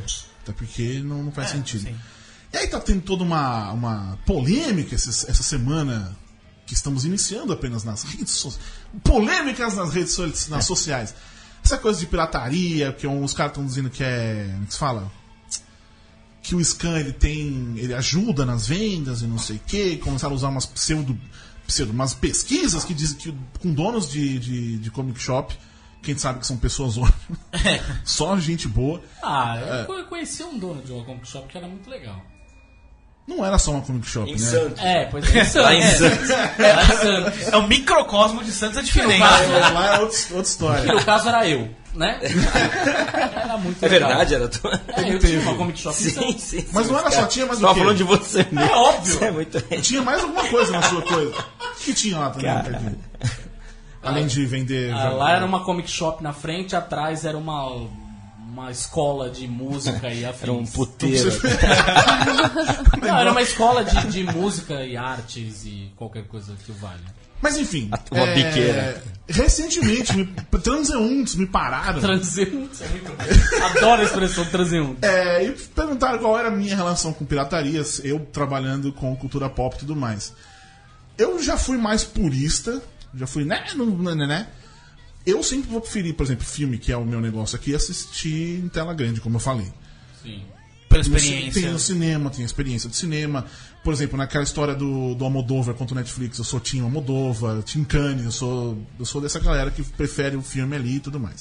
Até porque não, não faz É, sentido. sim. E aí tá tendo toda uma, uma polêmica esses- essa semana que estamos iniciando apenas nas redes sociais. Polêmicas nas redes so- nas sociais. Essa coisa de pirataria, que os caras estão dizendo que é. Como que se fala? Que o Scan ele tem. Ele ajuda nas vendas e não sei o quê. Começaram a usar umas pseudo. pseudo umas pesquisas que dizem que com donos de, de, de comic shop, que a gente sabe que são pessoas ótimas, só gente boa. Ah, eu É. co- eu conheci um dono de uma comic shop que era muito legal. Não era só uma comic shop, Em né? Santos. É, pois é. Em Santos. Lá em Santos. É, lá em Santos. É o microcosmo de Santos é diferente. Lá, lá é outra, outra Que história. no caso era eu, né? Era muito É legal. verdade, era tu. É, eu tinha uma comic shop em Sim, Santos. sim. Mas sim, não era cara. só, tinha mais o Tava quê? falando de você mesmo. É óbvio. Isso é muito. Tinha mais alguma coisa na sua coisa. O que tinha lá também, Cadinho? Além de vender. Ah, lá era uma comic shop na frente, atrás era uma, uma escola de música e afins. Era um puteiro. Não, era uma escola de, de música e artes e qualquer coisa que o valha. Mas enfim. Uma é, biqueira. Recentemente, me, transeuntes me pararam. Transeunte, é muito bom. Adoro a expressão transeunte. É, e perguntaram qual era a minha relação com piratarias, eu trabalhando com cultura pop e tudo mais. Eu já fui mais purista, já fui, né, não, né, né. Eu sempre vou preferir, por exemplo, filme, que é o meu negócio aqui, assistir em tela grande, como eu falei. Sim. Pela No ci- experiência. Tem no cinema, tem a experiência do cinema. Por exemplo, naquela história do, do Almodóvar contra o Netflix, eu sou Tim Almodóvar, Tim Cannes, eu sou, eu sou dessa galera que prefere o filme ali e tudo mais.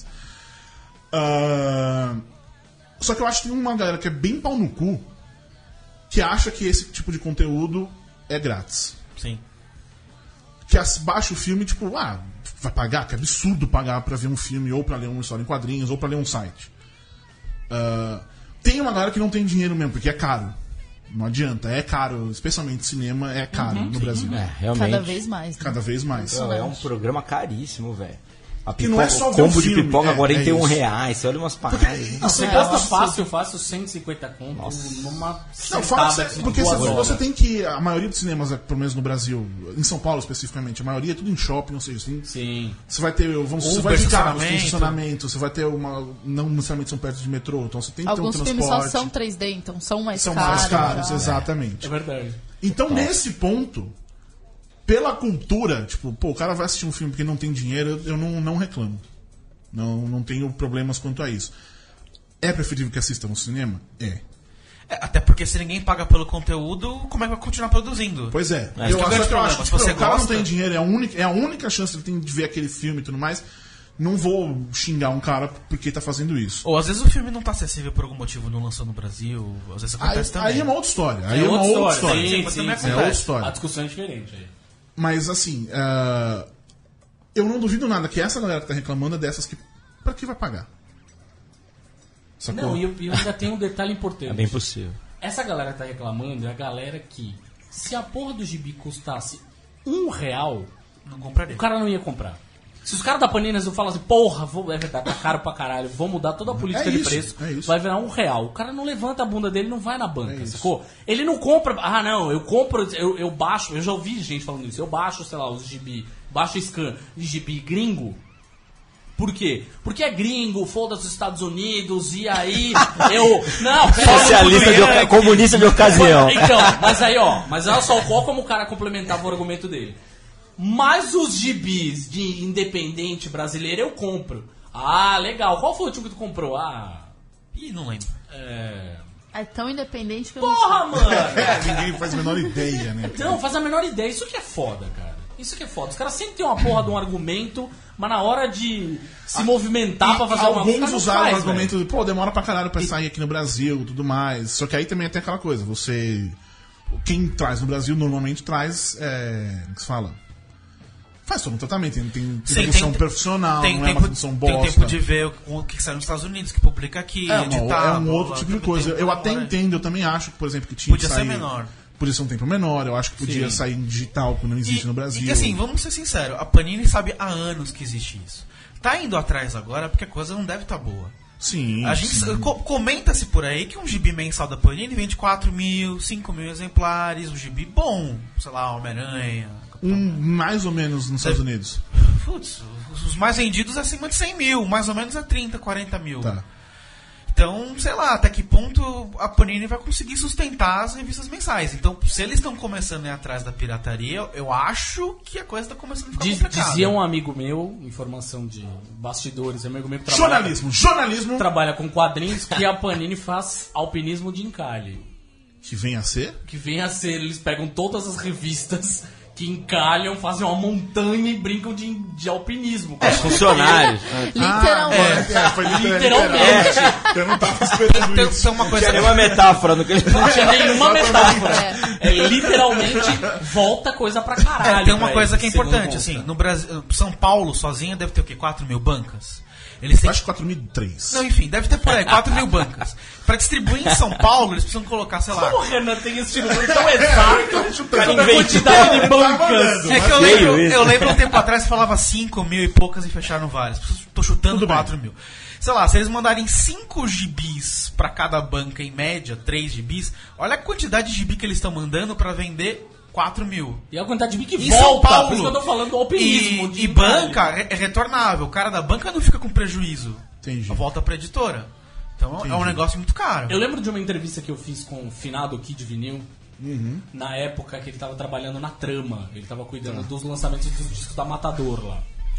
Ah, só que eu acho que tem uma galera que é bem pau no cu que acha que esse tipo de conteúdo é grátis. Sim. Que as- baixa o filme, tipo, ah, vai pagar? Que absurdo pagar pra ver um filme, ou pra ler uma história em quadrinhos, ou pra ler um site. Ah, tem uma galera que não tem dinheiro mesmo, porque é caro. Não adianta, é caro, especialmente cinema, é caro no Brasil. É, realmente. Cada vez mais. Né? Cada vez mais. Não, é um programa caríssimo, velho. A Que não é pipoca- só o ver o combo de filme, pipoca é, agora é tem um isso. reais. Você olha umas paradas. Não, você É, gasta nossa. fácil, fácil, cento e cinquenta conto numa Não, sentada fala de porque duas você, horas. você tem que. A maioria dos cinemas, pelo menos no Brasil, em São Paulo especificamente, a maioria é tudo em shopping, ou seja, tem, Sim. você vai ter. Vamos, você Uber, vai de carro, tem estacionamento. estacionamento, você vai ter uma. Não necessariamente são perto de metrô, então você tem que ter um Alguns filmes transporte. só são três D, então são mais são caros. mais caros, já. exatamente. É verdade. Então, nesse ponto, pela cultura, tipo, pô, o cara vai assistir um filme porque não tem dinheiro, eu não, não reclamo. Não, não tenho problemas quanto a isso. É preferível que assista no cinema? É. É, até porque se ninguém paga pelo conteúdo, como é que vai continuar produzindo? Pois é. É, esse eu que é o acho, grande que eu acho problema. que Se tipo, você o cara não gosta- tem dinheiro, é a, única, é a única chance que ele tem de ver aquele filme e tudo mais. Não vou xingar um cara porque tá fazendo isso. Ou às vezes o filme não tá acessível por algum motivo, não lançou no Brasil, às vezes Aí, acontece também. aí é uma outra história. Aí é, uma outra história. Sim, Mas sim, também sim. É acontece. outra história. A discussão é diferente aí. Mas assim, ah, eu não duvido nada que essa galera que tá reclamando é dessas que. Pra que vai pagar? Sacou? Não, e eu, e eu ainda tem um detalhe importante. É bem possível. Essa galera que tá reclamando é a galera que, se a porra do gibi custasse um real, Não compraria. o cara não ia comprar. Se os caras da Panini não falam assim, porra, vou, é verdade, tá caro pra caralho, vou mudar toda a política É de isso, preço, é isso. vai virar um real. O cara não levanta a bunda dele, não vai na banca, sacou? Ele não compra, ah não, eu compro, eu, eu baixo, eu já ouvi gente falando isso, eu baixo, sei lá, os gibi, baixo scan de gibi gringo. Por quê? Porque é gringo, foda-se os Estados Unidos, e aí eu... Não, pera, Socialista de oca- comunista de ocasião. então, mas aí, ó, mas olha só qual como o cara complementava o argumento dele. Mas os gibis de independente brasileiro eu compro. Ah, legal. Qual foi o último que tu comprou? Ah, Ih, não lembro. é... É tão independente que eu Porra, não mano! É, ninguém faz a menor ideia, né? Não, faz a menor ideia. Isso que é foda, cara. Isso que é foda. Os caras sempre tem uma porra de um argumento, mas na hora de se movimentar pra fazer uma coisa, Alguns não usaram faz, o argumento de, pô, demora pra caralho pra sair aqui no Brasil e tudo mais. Só que aí também tem aquela coisa, você. Quem traz no Brasil normalmente traz. É, como que se fala? Faz todo um tratamento, tem, tem, tem Sim, produção tem- profissional, Tem não é tempo, uma produção tem bosta. tempo de ver o, o que sai nos Estados Unidos, que publica aqui, É, uma- editar. é um blá, outro blá, tipo de tem coisa. tempo Eu que até demora. entendo, eu também acho que, por exemplo, que tinha Podia que ser sair. menor. Podia ser um tempo menor, eu acho que podia Sim. sair em digital, que não existe E, no Brasil. e assim, vamos ser sinceros, a Panini sabe há anos que existe isso. Tá indo atrás agora porque a coisa não deve estar boa. Sim. A gente sim. co- comenta-se por aí que um gibi mensal da Panini vende quatro mil, cinco mil exemplares, um gibi bom, sei lá, Homem-Aranha. Um, mais ou menos nos Estados Unidos. Putz, os- os mais vendidos é acima de cem mil, mais ou menos é trinta, quarenta mil. Tá. Então, sei lá, até que ponto a Panini vai conseguir sustentar as revistas mensais. Então, se eles estão começando a ir atrás da pirataria, eu, eu acho que a coisa está começando a ficar Diz, complicada. dizia um amigo meu, informação de bastidores, um amigo meu que trabalha, Jornalismo, jornalismo. trabalha com quadrinhos, que a Panini faz alpinismo de encalhe. Que vem a ser? Que vem a ser, eles pegam todas as revistas que encalham, fazem uma montanha e brincam de, de alpinismo. Os funcionários. Literalmente. É, foi Literalmente. Eu não tava esperando Tem, isso. tem uma Não coisa tinha nenhuma metáfora no que ele Não tinha nenhuma metáfora. É. É literalmente volta coisa pra caralho. É, tem uma pra coisa eles, que é segundo importante, conta. assim, no Brasil, São Paulo sozinha deve ter o quê? quatro mil bancas? Eles têm... Acho que quatro mil e três. Não, enfim, deve ter por aí, quatro mil bancas. Pra distribuir em São Paulo, eles precisam colocar, sei lá... Como o Renan tem esse número tão exato chutando. sobre a quantidade de bancas? É que eu feio lembro, isso. eu lembro um tempo atrás que falava cinco mil e poucas e fecharam várias. Tô chutando Tudo bem. quatro mil. Sei lá, se eles mandarem cinco gibis pra cada banca, em média, três gibis, olha a quantidade de gibi que eles estão mandando pra vender quatro mil. E a quantidade de mim que Em volta, São Paulo. por isso que eu tô falando do alpinismo. E, de e banca é é retornável. O cara da banca não fica com prejuízo. Entendi. Volta pra editora. Então é um Entendi. negócio muito caro. Eu lembro de uma entrevista que eu fiz com o finado Kid Vinil, na época que ele tava trabalhando na Trama. Ele tava cuidando dos lançamentos dos discos da Matador lá.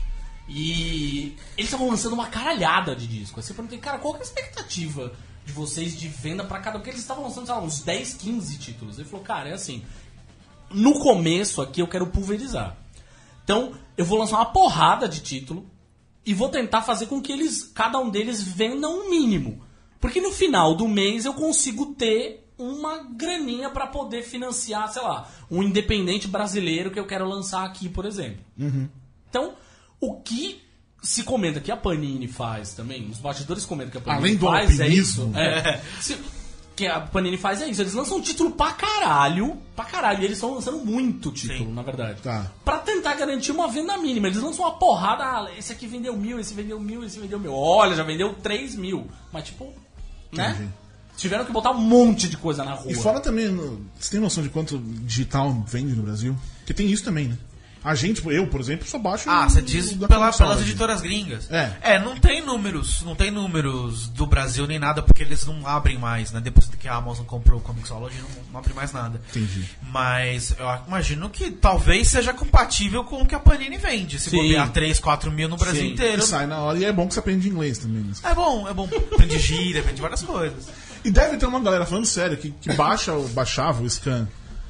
E eles estavam lançando uma caralhada de disco. Aí você perguntei, cara, qual que é a expectativa de vocês de venda pra cada? Porque eles estavam lançando, sei lá, uns dez, quinze títulos. Ele falou, cara, é assim, no começo aqui eu quero pulverizar. Então, eu vou lançar uma porrada de título e vou tentar fazer com que eles, cada um deles vendam um mínimo. Porque no final do mês eu consigo ter uma graninha pra poder financiar, sei lá, um independente brasileiro que eu quero lançar aqui, por exemplo. Então, o que se comenta que a Panini faz também, os bastidores comentam que a Panini Além do faz é alpinismo. isso. É, se- que a Panini faz é isso. Eles lançam um título pra caralho, pra caralho, e eles estão lançando muito título, Sim. na verdade. Tá. Pra tentar garantir uma venda mínima. Eles lançam uma porrada, ah, esse aqui vendeu mil, esse vendeu mil, esse vendeu mil. Olha, já vendeu três mil. Mas tipo, né? Entendi. Tiveram que botar um monte de coisa na rua. E fora também, no- você tem noção de quanto digital vende no Brasil? Porque tem isso também, né? A gente, tipo, eu, por exemplo, só baixo. Ah, o- você diz o da pela, console. pelas editoras gringas. É. É, não tem números, não tem números do Brasil nem nada, porque eles não abrem mais, né? Depois que a Amazon comprou o Comixology, não, não abre mais nada. Entendi. Mas eu imagino que talvez seja compatível com o que a Panini vende. Se Sim. bobear três, quatro mil no Brasil Sim. inteiro. E sai na hora. E é bom que você aprende inglês também. Né? É bom, é bom. Aprende gíria, aprende várias coisas. E deve ter uma galera, falando sério, que, que baixa, o- baixava o scan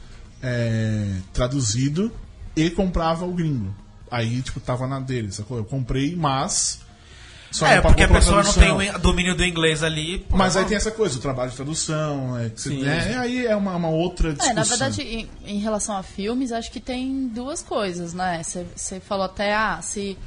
é, traduzido e comprava o gringo. Aí, tipo, tava na dele, sacou? Eu comprei, mas... Só é, não porque a pagou pela pessoa não tem tradução. o domínio do inglês ali. pô, Mas aí não- tem essa coisa, o trabalho de tradução, é, que você, Sim. é, aí é uma, uma outra discussão. É, na verdade, em, em relação a filmes, acho que tem duas coisas, né? Você falou até, ah, se,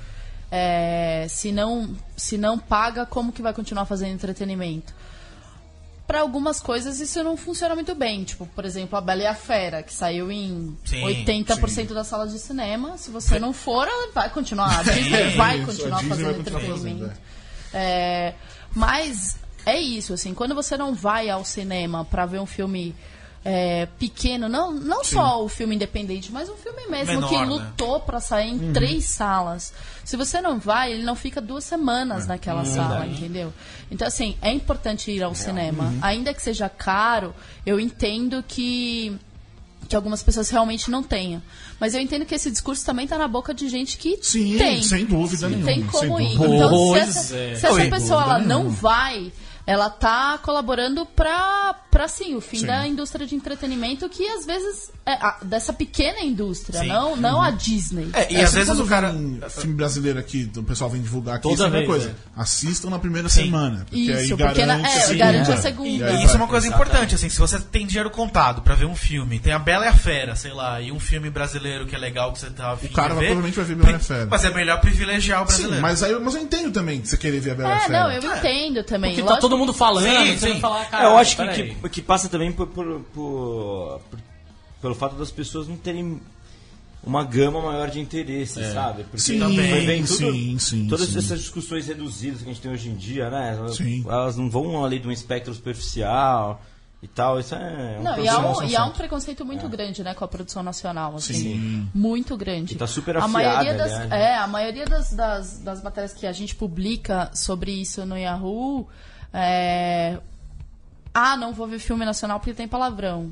é, se, não, se não paga, como que vai continuar fazendo entretenimento? Para algumas coisas isso não funciona muito bem. Tipo, por exemplo, A Bela e a Fera, que saiu em Sim, oitenta por cento das salas de cinema. Se você não for, ela vai continuar. A Disney vai Isso, continuar a Disney fazendo vai continuar entretenimento. fazendo, É, mas é isso, assim, quando você não vai ao cinema pra ver um filme é, pequeno, não, não só o filme independente, mas um filme mesmo Menor, que né? lutou pra sair em três salas. Se você não vai, ele não fica duas semanas naquela sala, entendeu? Então, assim, é importante ir ao cinema. Ainda que seja caro, eu entendo que que algumas pessoas realmente não tenham. Mas eu entendo que esse discurso também tá na boca de gente que Sim, tem. sem dúvida que nenhuma. tem como sem ir. dúvida Então, se Pois essa, é. se essa Sem pessoa dúvida ela não nenhuma. vai, ela tá colaborando pra, pra sim, o fim Sim. da indústria de entretenimento, que às vezes é a- dessa pequena indústria, Sim. não, não a Disney. É, e É, às assim, vezes quando o cara. vem filme brasileiro aqui, o pessoal vem divulgar aqui, Toda isso é a vez, coisa. é. Assistam na primeira Sim. semana. Porque Isso, aí porque na- garante, é, a segunda. garante a E, segunda. E e aí isso é vai. uma coisa importante, assim, se você tem dinheiro contado pra ver um filme, tem A Bela e a Fera, sei lá, e um filme brasileiro que é legal que você tá afim O cara de vai- ver, provavelmente vai ver Bela e a Fera. Mas é melhor privilegiar o brasileiro. Sim, mas, aí, mas eu entendo também que você querer ver a Bela e a É, Fera. não, eu entendo também. Porque tá Lógico todo mundo falando, Sim, você sim. vai falar, É, cara, eu acho que, peraí. que, que passa também por, por, por- por- pelo fato das pessoas não terem uma gama maior de interesse, sabe? Porque Sim, vai vem tudo- sim, sim, todas sim. essas discussões reduzidas que a gente tem hoje em dia, né? Elas, Sim. elas não vão além de um espectro superficial e tal. Isso é um Não, e há problema. um, e há um preconceito muito grande, né, com a produção nacional, assim, Sim. muito grande. E tá super a afiada, maioria das, aliás. é, a maioria das, das, das matérias que a gente publica sobre isso no Yahoo, é, ah, não vou ver filme nacional porque tem palavrão.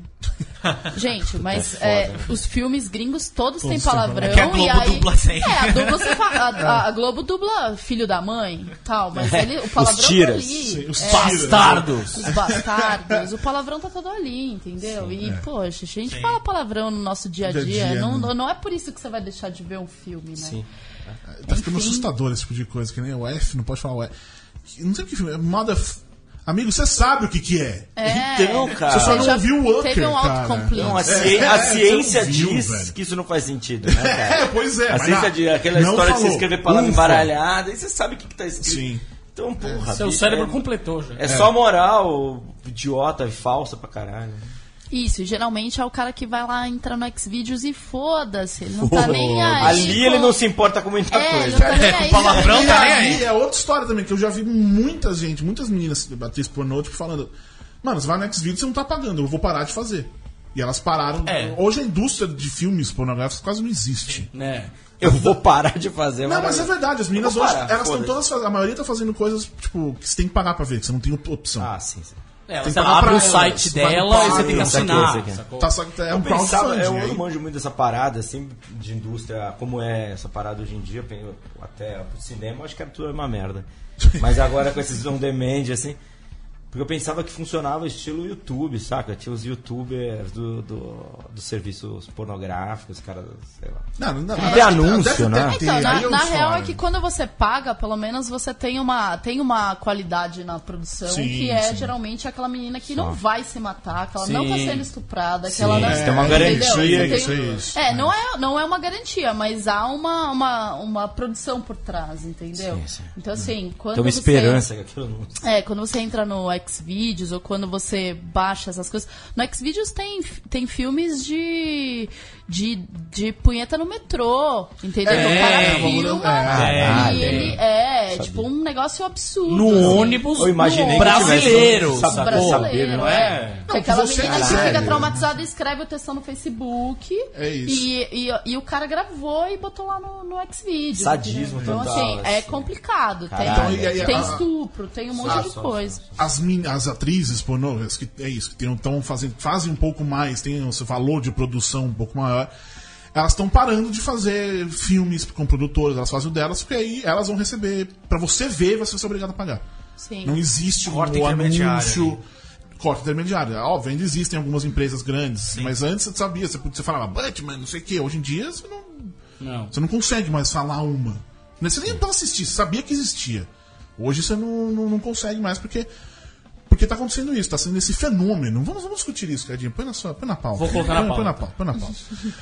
Gente, mas é, os filmes gringos todos, todos têm palavrão. É que a Globo e aí, dubla sempre. É, a, Globo, você fa- a, a, a Globo dubla filho da mãe tal, mas ele, o palavrão Os tiras. tá ali. Sim, os é, tiras. Bastardos. Os bastardos. O palavrão tá todo ali, entendeu? E, poxa, a gente Sim. fala palavrão no nosso dia a dia. Dia a dia, não, né? não é por isso que você vai deixar de ver um filme, né? Sim. Tá ficando Enfim. assustador esse tipo de coisa, que nem o F, não pode falar o F. Não sei o que filme é. Mother... Amigo, você sabe o que que é. É. Então, cara. Você só não já ouviu o Walker, teve um cara. autocomplete. Não, a, ci- É, a é, ciência você não viu, diz velho. que isso não faz sentido, né, cara? É, pois é. A mas ciência na- diz aquela não história de você falou. escrever palavra Ufa. embaralhada, e você sabe o que, que tá escrito. Sim. Então, porra. Seu bicho, cérebro é, completou já. é só moral idiota e falsa pra caralho. Isso, geralmente é o cara que vai lá, entra no Xvideos e foda-se. Ele não tá nem aí. Ali ele com- não se importa com muita É, ele coisa. não tá nem aí. palavrão E tá nem aí aí. é outra história também, que eu já vi muita gente, muitas meninas, atriz pornô, tipo, falando: mano, você vai no Xvideos e você não tá pagando, eu vou parar de fazer. E elas pararam. É. Hoje a indústria de filmes pornográficos quase não existe. Né? Eu vou parar de fazer. Não, mas é verdade, as meninas Eu vou hoje, parar, elas estão foda-se. todas fazendo, a maioria tá fazendo coisas, tipo, que você tem que pagar pra ver, que você não tem op- opção. Ah, sim, sim. É, Tem você que pagar abre pra o site elas, dela paga e você tem que pago, isso aqui, assinar. isso aqui. sacou? Tá, só que é um Eu pensava, crowdfunding. eu aí. não manjo muito dessa parada, assim, de indústria, como é essa parada hoje em dia, eu- até pro cinema, eu acho que era tudo uma merda. Mas agora com esses on demand, assim, porque eu pensava que funcionava estilo YouTube, saca? Tinha os youtubers do, do, dos serviços pornográficos, cara, sei lá. Não, não, não, Tem acho que anúncio, deve né? ter, Então, aí na, eu na falo. real é que quando você paga, pelo menos você tem uma, tem uma qualidade na produção, Sim, que é sim. geralmente aquela menina que não vai se matar, que ela Sim. não tá sendo estuprada, que ela não... tem uma entendeu? garantia Você que tem- isso é isso. É, não é, não é uma garantia, mas há uma, uma, uma produção por trás, entendeu? Sim, sim. Então, assim, quando Tem uma você... esperança que aquilo não... É, quando você entra no Xvideos ou quando você baixa essas coisas. No Xvideos tem, tem filmes de, de, de punheta no metrô, entendeu? É, o cara é, filma é, e é, ele é, tipo, um negócio absurdo. No assim. ônibus Eu imaginei no que tivesse brasileiro. um sacou? Brasileiro, não é. Não, Aquela você- menina que sério. fica traumatizada e escreve o textão no Facebook. É isso. E, e, e o cara gravou e botou lá no, no Xvideos. Sadismo entendeu? Então, total, assim, é assim. complicado. Tem, Caralho. Então, e- e- tem a- estupro, tem um monte de coisa. As, min- as atrizes pornôgrafas, que é isso, que tem, tão fazendo, fazem um pouco mais, tem o seu valor de produção um pouco maior, elas estão parando de fazer filmes com produtores, elas fazem o delas, porque aí elas vão receber, pra você ver, você vai ser obrigado a pagar. Sim. Não existe Corte um intermediário anúncio. Corte intermediário. Óbvio, ainda existem algumas empresas grandes, mas antes você sabia, você, você falava Batman, não sei o quê. Hoje em dia você não, Não. você não consegue mais falar uma. Você nem pra assistir, você sabia que existia. Hoje você não, não, não consegue mais porque. Porque tá acontecendo isso, tá sendo esse fenômeno. Vamos, vamos discutir isso, Cadinho. Põe na, sua, põe na pauta. Vou colocar na põe, põe na pauta. pauta. Põe na pauta.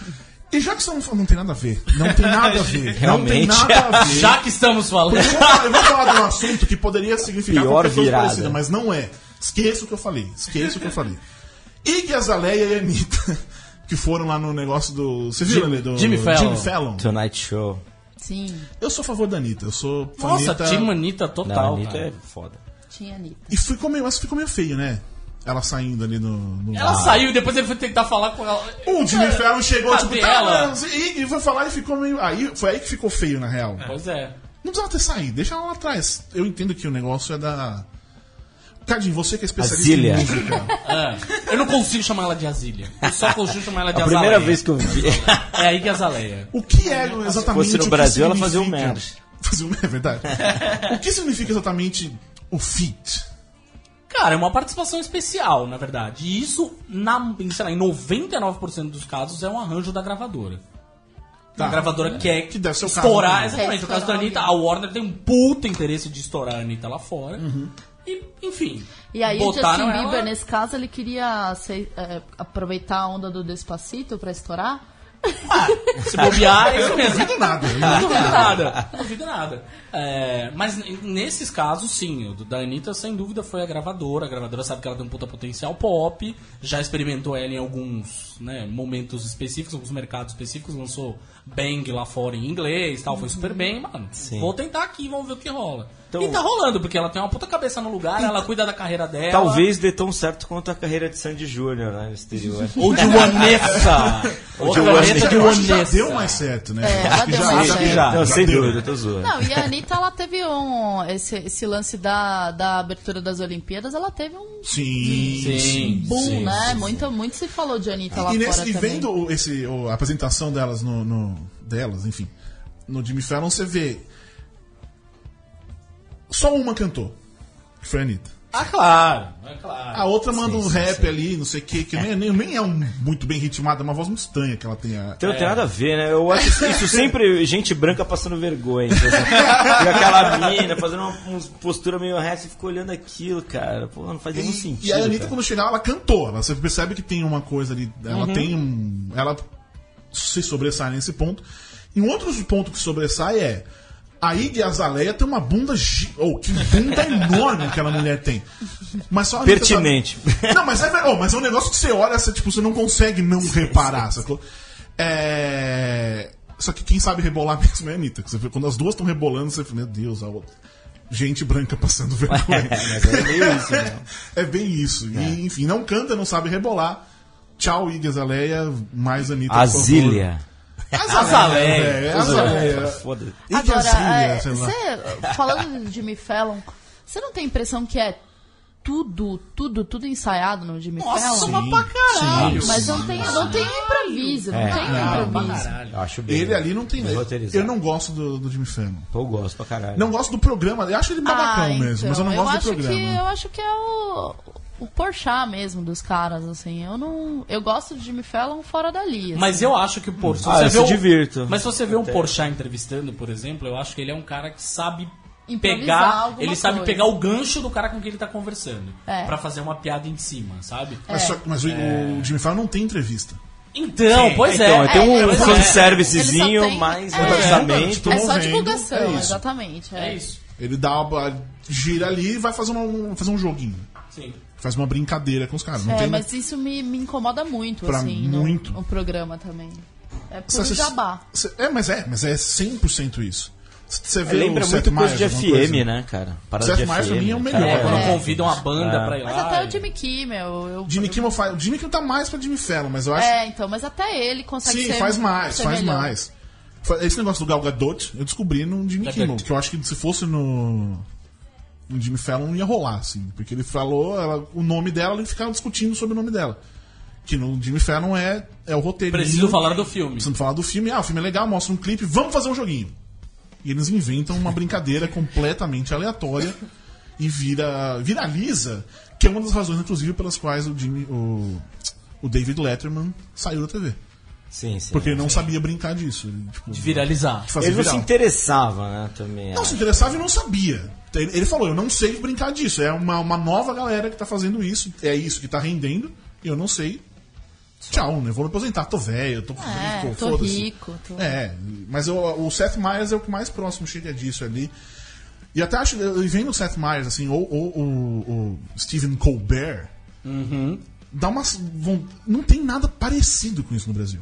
E já que você não, não tem nada a ver, não tem nada a ver, Realmente. não tem nada a ver. Já que estamos falando. Eu vou, falar, eu vou falar de um assunto que poderia significar Pior qualquer coisa virada. parecida, mas não é. Esqueça o que eu falei. Esqueça o que eu falei. Iggy Azalea e a Anitta, que foram lá no negócio do... Você viu, Jim- ali? Do Jimmy Fallon. Jimmy Fallon. Tonight Show. Sim, Eu sou a favor da Anitta. Eu sou Nossa, Anitta. Team Anitta Não, total. a Anitta cara. é foda. tinha Anitta. E ficou meio, mas ficou meio feio, né? Ela saindo ali no... no... Ela saiu e depois ele foi tentar falar com ela. O Jimmy Fallon chegou, Cadê tipo... Tá, ela? mas- e, e foi falar e ficou meio... Aí, foi aí que ficou feio, na real. Pois é. Não precisava ter saído. Deixa ela lá atrás. Eu entendo que o negócio é da... Cadinho, você que é especialista Azília. em música. É. Eu não consigo chamar ela de Azília. Eu só consigo chamar ela de A Azaleia. primeira vez que eu vi. É aí que é Azaleia. O que é exatamente Se fosse no o que Brasil, ela significa- fazia um merda. Fazia um é verdade. O que significa exatamente o feat? Cara, é uma participação especial, na verdade. E isso, na, em, sei lá, em noventa e nove por cento dos casos, é um arranjo da gravadora. Tá. A gravadora quer Que deve ser o caso estourar, do- exatamente. Quer No caso da estourar Anitta, a alguém. Warner tem um puta interesse de estourar a Anitta lá fora. E, enfim. E aí o botaram Justin ela- Bieber, nesse caso, ele queria ser- é, aproveitar a onda do Despacito pra estourar? Se bobear, é isso mesmo. Não duvido nada. Não duvido nada. Não duvido nada. É, mas n- nesses casos, sim. O do- da Anitta, sem dúvida, foi a gravadora. A gravadora sabe que ela tem um puta potencial pop. Já experimentou ela em alguns, né, momentos específicos, alguns mercados específicos. Lançou Bang lá fora em inglês tal. Foi super bem, mano. Sim. Vou tentar aqui, vamos ver o que rola. Então, E tá rolando, porque ela tem uma puta cabeça no lugar, ela cuida da carreira dela. talvez dê tão certo quanto a carreira de Sandy Júnior, né, no exterior. Ou de Vanessa. Ou de Outra Vanessa. carreira de Eu acho que já Vanessa. deu mais certo, né? É, Eu ela acho que deu já- mais já- certo. já Não, sem deu. dúvida, eu tô zoando. Não, e a Anitta, ela teve um. Esse, esse lance da, da abertura das Olimpíadas, ela teve um Sim, Sim, boom, sim, né? sim, muito, muito se falou de Anitta lá E, fora nesse, e também. vendo o- esse, o- a apresentação delas no, no- delas, enfim, no Jimmy Fallon, você vê só uma cantou, que foi a Anitta. Ah, claro, é claro. A outra manda Sim, um sim, rap sim. ali, não sei o que, que nem, nem, nem é um muito bem ritmado, é uma voz muito estranha que ela tem. A... Então não tem nada a ver, né? Eu acho isso sempre gente branca passando vergonha. Então, assim, e aquela mina fazendo uma, uma postura meio reta e ficou olhando aquilo, cara. Pô, não faz nenhum sentido. E a Anitta, cara. quando chegava, ela cantou. Ela, você percebe que tem uma coisa ali. Ela Uhum. tem um. Ela se sobressai nesse ponto. E um outro ponto que sobressai é. A Iggy Azalea tem uma bunda. gi- Oh, que bunda enorme aquela mulher tem. Mas só a Anitta Pertinente. sabe- Não, mas é, ver- oh, mas é um negócio que você olha, você, tipo, você não consegue não reparar, sacou? É. Só que quem sabe rebolar mesmo é a Anitta. Que você vê, quando as duas estão rebolando, você fala, meu Deus, a outra. Gente branca passando vergonha. Mas é meio isso, né? É bem isso. E, enfim, não canta, não sabe rebolar. Tchau, Iggy Azalea, mais Anitta. por favor. Azília. Azalea. velho, é Azalea. Foda. Iggy Agora, Azalea, é, sei lá. você, falando de Jimmy Fallon, você não tem a impressão que é tudo, tudo, tudo ensaiado no Jimmy Nossa, Fallon? mas pra caralho. Sim, Mas não tem, não tem improviso, não É, tem Não, pra improviso. caralho. Eu acho bem. Ele ali não tem. bem roteirizado. Eu não gosto do, do Jimmy Fallon. Pô, eu gosto pra caralho. Não gosto do programa. Eu acho ele babacão Ah, mesmo, então, mas eu não gosto do acho programa. Que, eu acho que é o, o Porchat mesmo dos caras, assim. Eu não. Eu gosto de Jimmy Fallon fora dali. assim. Mas eu acho que o Porchat... Ah, eu se o, divirto. Mas se você vê um Até. Porchat entrevistando, por exemplo, eu acho que ele é um cara que sabe Improvisar pegar... alguma Ele sabe coisa. pegar o gancho do cara com quem ele tá conversando. É. Pra fazer uma piada em cima, sabe? Mas, só- mas o, o Jimmy Fallon não tem entrevista. Então, Sim, pois Então, é. tem um É, é, fanservicezinho, ele só tem- mais é. rebaixamento. É só movendo, divulgação, é isso. exatamente. É. É isso. Ele dá uma, gira ali e vai fazer, uma, um, fazer um joguinho. Sim. Faz uma brincadeira com os caras. Não É, tem mas isso me, me incomoda muito, Pra assim, muito. No, no programa também. É Cê- puro cê- jabá. cê- É, mas é, mas é cem por cento isso. Você vê Lembra o muito Seth coisa de Meyers, F alguma M, coisa? né, cara? Parada Seth de Meyers, F pra M. mim, é o cara. melhor. É, quando É. convidam a banda É. pra ir Mas lá. até e- o Jimmy Kimmel. Eu, Jimmy Kimmel faz. O Jimmy Kimmel tá mais pra Jimmy Fallon, mas eu acho. É, então, mas até ele consegue Sim, ser faz mais, ser faz melhor. mais. Fa- Esse negócio do Gal Gadot, eu descobri no Jimmy Gadot. Kimmel, que eu acho que se fosse no, no Jimmy Fallon não ia rolar, assim. Porque ele falou ela- o nome dela, ele ficava discutindo sobre o nome dela. Que no Jimmy Fallon é, é o roteiro. Preciso falar do filme. Precisando falar do filme. Ah, o filme é legal, mostra um clipe, vamos fazer um joguinho. E eles inventam uma brincadeira completamente aleatória e vira, viraliza, que é uma das razões, inclusive, pelas quais o, Jimmy, o, o David Letterman saiu da T V. Sim, sim. Porque ele não sabia brincar disso. Ele, tipo, De viralizar. de fazer Ele não se viral. interessava, né, também. Não acho. se interessava e não sabia. Ele, ele falou, eu não sei brincar disso. É uma, uma nova galera que tá fazendo isso. É isso que tá rendendo. Eu não sei. Tchau, né? Vou me aposentar. Tô velho, tô É, rico, tô foda-se. rico. Tô... É, mas eu, o Seth Meyers é o que mais próximo chega disso ali. E até acho, eu vendo o Seth Meyers, assim, ou, ou, ou- o Stephen Colbert, dá uma. vão- não tem nada parecido com isso no Brasil.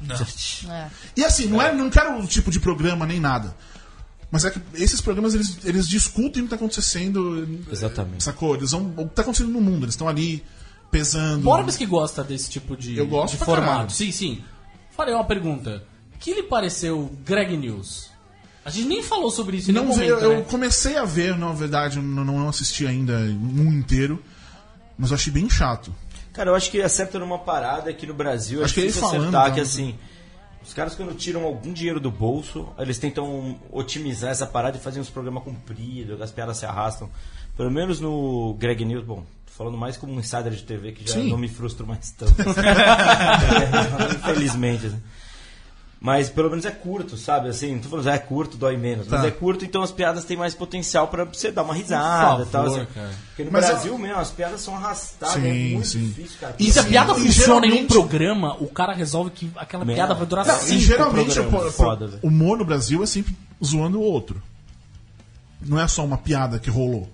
É. E assim, não, é, não quero o tipo de programa nem nada. Mas é que esses programas eles, eles discutem o que tá acontecendo. Exatamente. Sacou? Eles vão, o que tá acontecendo no mundo, eles estão ali pesando. Borbs que gosta desse tipo de, Eu gosto de pra formato. caralho. Sim, sim. Farei uma pergunta. O que lhe pareceu Greg News? A gente nem falou sobre isso em nenhum Não, momento, eu, eu né? comecei a ver, na verdade, eu não, não assisti ainda um inteiro, mas eu achei bem chato. Cara, eu acho que acerta numa parada aqui no Brasil. Acho é que ele difícil falando, acertar tá? que assim. Os caras, quando tiram algum dinheiro do bolso, eles tentam otimizar essa parada e fazer uns programas compridos, as piadas se arrastam. Pelo menos no Greg News, bom, tô falando mais como um insider de T V que já Sim. não me frustro mais tanto. Infelizmente. Assim. Mas pelo menos é curto, sabe? Assim, não tô falando, é curto, dói menos. Mas Tá. é curto, então as piadas têm mais potencial pra você dar uma risada e Por tal. favor, Assim. cara. Porque no Mas Brasil mesmo, as piadas são arrastadas, é Sim, muito sim. difícil, cara. E E se a Sim, piada e funciona em um geralmente- programa, o cara resolve que aquela Meu. piada vai durar Não, cinco e geralmente programas. o, foda, velho. o humor no Brasil é sempre zoando o outro. Não é só uma piada que rolou.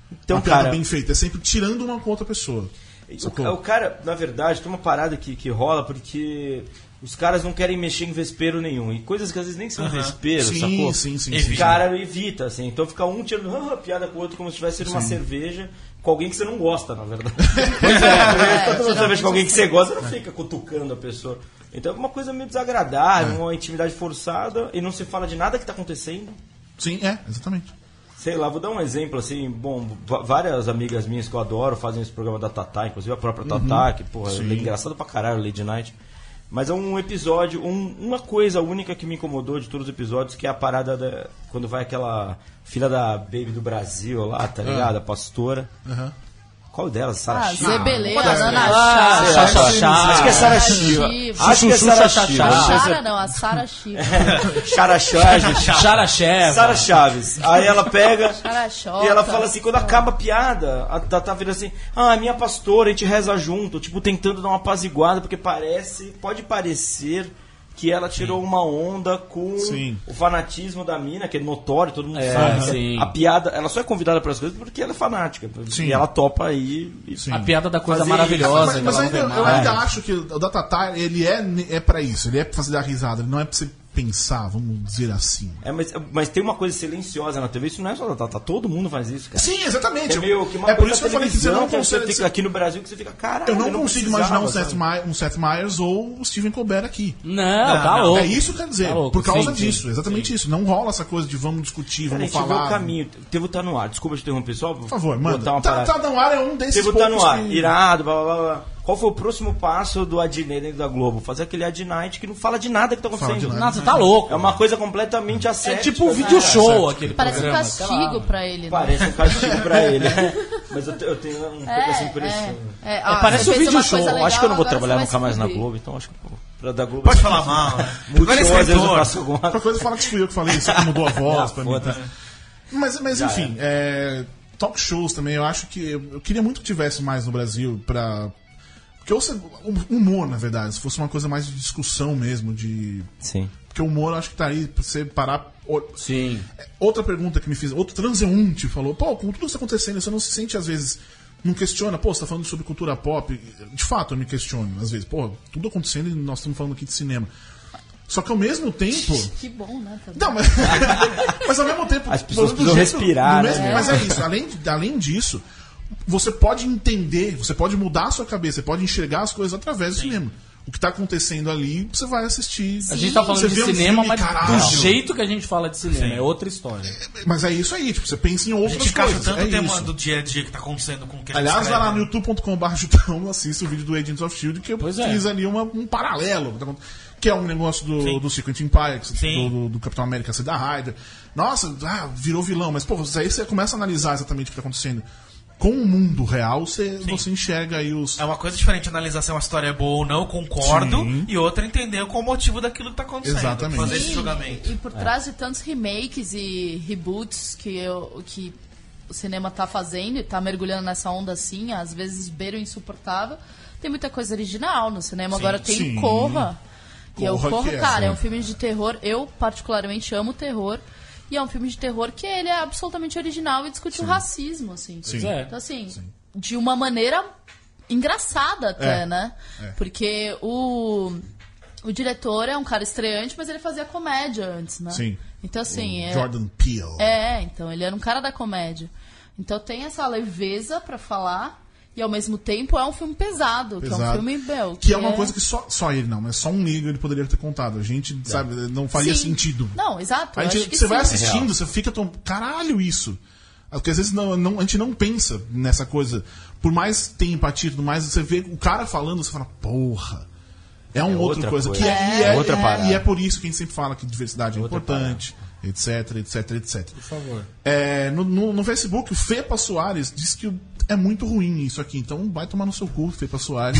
Então, uma piada cara, bem feita. É sempre tirando uma com outra pessoa. o, o cara, na verdade, tem uma parada que, que rola porque os caras não querem mexer em vespeiro nenhum. E coisas que às vezes nem são Aham. vespeiro, Sim, sacou? sim, sim, Esse sim. cara evita, assim. Então fica um tirando ah, piada com o outro como se tivesse sido uma cerveja com alguém que você não gosta, na verdade. Pois é, É, tá tomando cerveja geralmente com alguém que assim. você gosta, você não fica cutucando a pessoa. Então é uma coisa meio desagradável, uma intimidade forçada e não se fala de nada que tá acontecendo. Sim, é, exatamente. Sei lá, vou dar um exemplo assim, bom, v- várias amigas minhas que eu adoro fazem esse programa da Tatá, inclusive a própria Tatá, que, porra, Sim. é engraçado pra caralho, Lady Night. Mas é um episódio, um- uma coisa única que me incomodou de todos os episódios, que é a parada da, quando vai aquela filha da Baby do Brasil lá, tá ligado? A pastora. Aham. Qual delas? Sara Ah, Chiva? Zé Beleza, Ah, Ana Ah, Sei Chá. lá, Chá, Chá- Chá. Acho que é Sara Sara Chiva. Chiva. Acho que é Chuchu, Sara Chá, Chiva. Chá. Não sei se Sara não, a Sara Chiva. é Chara Chaves. Chara Cheva. Sara Chaves. Aí ela pega Sara Chota. e ela fala assim, quando acaba a piada, a Tatá vira assim, ah, minha pastora, a gente reza junto, tipo, tentando dar uma apaziguada, porque parece, pode parecer que ela tirou uma onda com Sim. o fanatismo da mina, que é notório, todo mundo É, sabe. sim. A piada, ela só é convidada para as coisas porque ela é fanática. Sim. E ela topa aí. E... Sim. A piada da coisa Fazer maravilhosa. Mas, mas que ela ainda, não vê eu mais. ainda acho que o da Tatá, ele é, é pra isso, ele é pra fazer dar risada, ele não é pra você pensar, vamos dizer assim. É, mas, mas tem uma coisa silenciosa na T V, isso não é só da Tatá, todo mundo faz isso, cara. Sim, exatamente. É, meio que uma é por coisa isso que eu da falei que você televisão, não que consegue. fica aqui no Brasil que você fica, caralho, Eu não, consigo precisava, imaginar um sabe? Seth, Meyers, um Seth Meyers ou o Steven Colbert aqui. Não, tá não. louco. É isso que quer dizer, Tá louco, por causa sim, disso, sim, exatamente isso. Não rola essa coisa de vamos discutir, Cara, a vamos gente vê o falar. caminho. Devo estar no ar. Desculpa te interromper, só. Por favor, manda. Botar uma Tá, parada. tá no ar é um desses Devo estar no poucos ar. que- Irado, blá, blá, blá. Qual foi o próximo passo do Adnet dentro da Globo? Fazer aquele Ad Night que não fala de nada que tá Fala de acontecendo. nada. Nossa, tá louco. É uma coisa completamente É ascética. tipo um né? video show É, aquele Parece um programa. sei castigo lá. pra ele, né? Parece um castigo pra ele. Mas eu, te- eu tenho um pouco essa impressão. É, é, É, ó, parece você um fez video uma coisa show. legal, acho que eu não vou agora trabalhar você nunca vai mais na descobrir. Globo, então acho que pô, pra da Globo. Pode falar mal, né? Muito Ele é show, às vezes eu escritor. faço alguma Qualquer coisa fala que fui eu que falei isso, que mudou a voz Ah, pra mim. foda-se. Tá? Mas, mas enfim, é, talk shows também, eu acho que. Eu queria muito que tivesse mais no Brasil pra. Porque ou você- o humor, na verdade, se fosse uma coisa mais de discussão mesmo, de. Sim. Porque o humor eu acho que tá aí pra você parar. o- Sim. Outra pergunta que me fiz, outro transeunte falou, pô, com tudo isso acontecendo, você não se sente às vezes. Não questiona, pô, você tá falando sobre cultura pop. De fato, eu me questiono, às vezes, pô, tudo acontecendo e nós estamos falando aqui de cinema. Só que ao mesmo tempo. Que bom, né? também. Não, mas, mas ao mesmo tempo. As pessoas do precisam respirar, do mesmo- né? Mas é isso. Além, de- além disso, você pode entender, você pode mudar a sua cabeça, você pode enxergar as coisas através do cinema. O que tá acontecendo ali, você vai assistir. A gente tá falando Você de vê um cinema, filme, mas caralho. do jeito que a gente fala de cinema. Sim. É outra história. Mas é isso aí, tipo, você pensa em A outras gente encaixa coisas. tanto é o tema isso. do dia a dia que tá acontecendo com o que a gente Aliás, vai escreve, lá no né? youtube ponto com ponto br Jutão, assista o vídeo do Agents of Shield, que eu Pois é. fiz ali uma- um paralelo. Que é um negócio do, Sim. do Secret Empire, que- Sim. do, do, do Capitão América ser da Hydra. Nossa, ah, virou vilão. Mas, pô, você- aí você começa a analisar exatamente o que tá acontecendo. Com o mundo real, você, você enxerga aí os. É uma coisa diferente analisar se uma história é boa ou não, eu concordo, Sim. e outra entender qual o motivo daquilo que tá acontecendo. Exatamente. Fazer esse Sim, julgamento. E por trás de tantos remakes e reboots que, eu, que o cinema tá fazendo e tá mergulhando nessa onda assim, às vezes beira o insuportável, tem muita coisa original no cinema. Agora tem sim. Corra. E é o Corra Corra, que é, cara, é sim. um filme de terror. Eu, particularmente, amo terror. E é um filme de terror que ele é absolutamente original e discute o racismo, assim. Sim. Pois é. Então, assim, de uma maneira engraçada até, É, né? é. Porque o, o diretor é um cara estreante, mas ele fazia comédia antes, né? Sim. Então, assim... é, Jordan Peele. é, então, ele era um cara da comédia. Então tem essa leveza pra falar e, ao mesmo tempo, é um filme pesado. Que é um Pesado. filme, meu, Que é uma coisa que só, só ele não, mas só um negro ele poderia ter contado. A gente, sabe, não faria Sim. sentido. Não, exato, A eu gente- acho que você vai sim. assistindo, você fica tão. Caralho, isso. Porque às vezes não, não- a gente não pensa nessa coisa. Por mais ter empatia e tudo mais, você vê o cara falando, você fala, porra. É uma É outra outra coisa. coisa. Que é, e, é, Outra é- parada. e é por isso que a gente sempre fala que diversidade é Outra importante, etc, etc, etc. Por favor. É, no, no, no Facebook, o Fepa Soares diz que é muito ruim isso aqui. Então vai tomar no seu cu, Fepa Soares.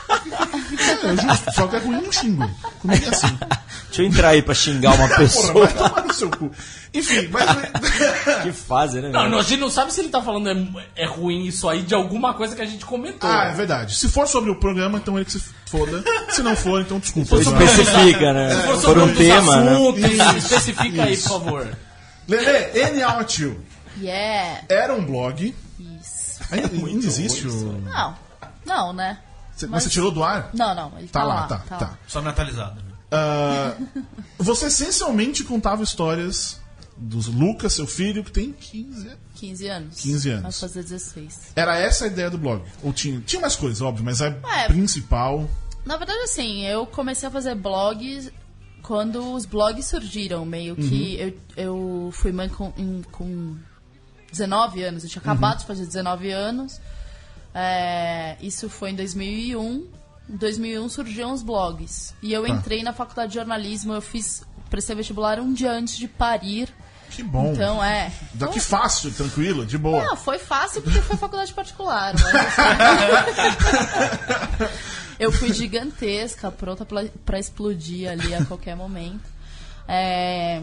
É, justo, só que é ruim, não xingo. Comigo é assim. Deixa eu entrar aí pra xingar uma Porra, pessoa. vai tomar no seu cu. Enfim, mas. Que fase, né? Não, meu? a gente não sabe se ele tá falando é, é ruim isso aí de alguma coisa que a gente comentou. Ah, é verdade. Se for sobre o programa, então ele que se foda. Se não for, então desculpa. Foi especifica, né? Se for Por sobre um um dos tema, né? assuntos, Isso, especifica aí, por isso. favor. Lelê, N Out Yeah. era um blog Isso. Ainda, ainda existe o... Não, não, né? Cê- Mas você tirou do ar? Não, não, ele tá, Tá lá. lá, tá, tá tá. lá. Só não atualizado. Né? Ah, você essencialmente contava histórias dos Lucas, seu filho, que tem quinze anos. quinze anos. quinze anos. Vai fazer dezesseis. Era essa a ideia do blog? Ou tinha, tinha mais coisas, óbvio, mas a É. principal... Na verdade, assim, eu comecei a fazer blogs quando os blogs surgiram, meio que eu, eu fui mãe com, em- com dezenove anos, eu tinha acabado de fazer dezenove anos. É, isso foi em dois mil e um. Em dois mil e um surgiram os blogs. E eu Tá. entrei na faculdade de jornalismo, eu fiz, prestei vestibular um dia antes de parir. Que bom. Então, é. Daqui fácil, tranquilo, de boa. Não, foi fácil porque foi faculdade particular. Mas, assim, eu fui gigantesca, pronta pra, pra explodir ali a qualquer momento. É,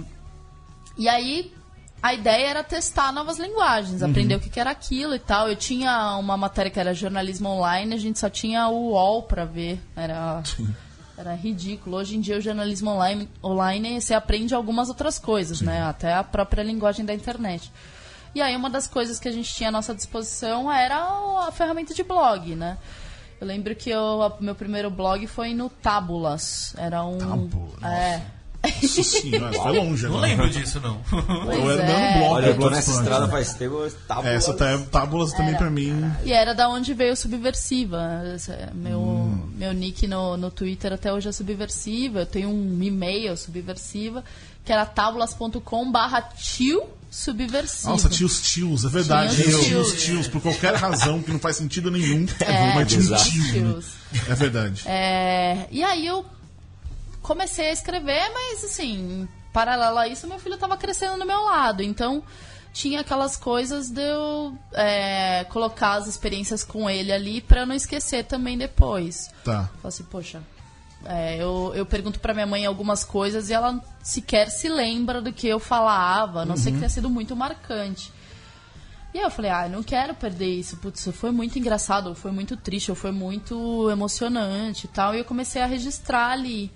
e aí, a ideia era testar novas linguagens, aprender o que que era aquilo e tal. Eu tinha uma matéria que era jornalismo online, a gente só tinha o U O L pra ver. Era... Era ridículo. Hoje em dia, o jornalismo online, online você aprende algumas outras coisas, né? Até a própria linguagem da internet. E aí, uma das coisas que a gente tinha à nossa disposição era a ferramenta de blog, né? Eu lembro que o meu primeiro blog foi no Tábulas. Era um... Tábulas, nossa. É. Nossa senhora, foi longe Não agora. lembro disso, não. Pois Eu era é. dando blog. Olha, eu tô blog nessa Explorer. estrada faz tempo. Tábulas. Essa tá, tábulas também Era. pra mim. E era da onde veio o Subversiva. Esse é Meu, Hum. meu nick no, no Twitter até hoje é Subversiva. Eu tenho um e-mail Subversiva, que era tabulas.com barra tio Subversiva. Nossa, tios tios, é verdade. Tinha os Tios tios. tios, por qualquer razão que não faz sentido nenhum. É, mas tinha um exato. tio, né? Tios. É verdade. É, e aí eu comecei a escrever, mas assim, paralelo a isso, meu filho estava crescendo do meu lado. Então, tinha aquelas coisas de eu é, colocar as experiências com ele ali pra eu não esquecer também depois. Tá. Falei assim, poxa, é, eu, eu pergunto pra minha mãe algumas coisas e ela sequer se lembra do que eu falava, a não ser que tenha sido muito marcante. E aí eu falei, ah, eu não quero perder isso. Putz, foi muito engraçado, ou foi muito triste, ou foi muito emocionante e tal. E eu comecei a registrar ali.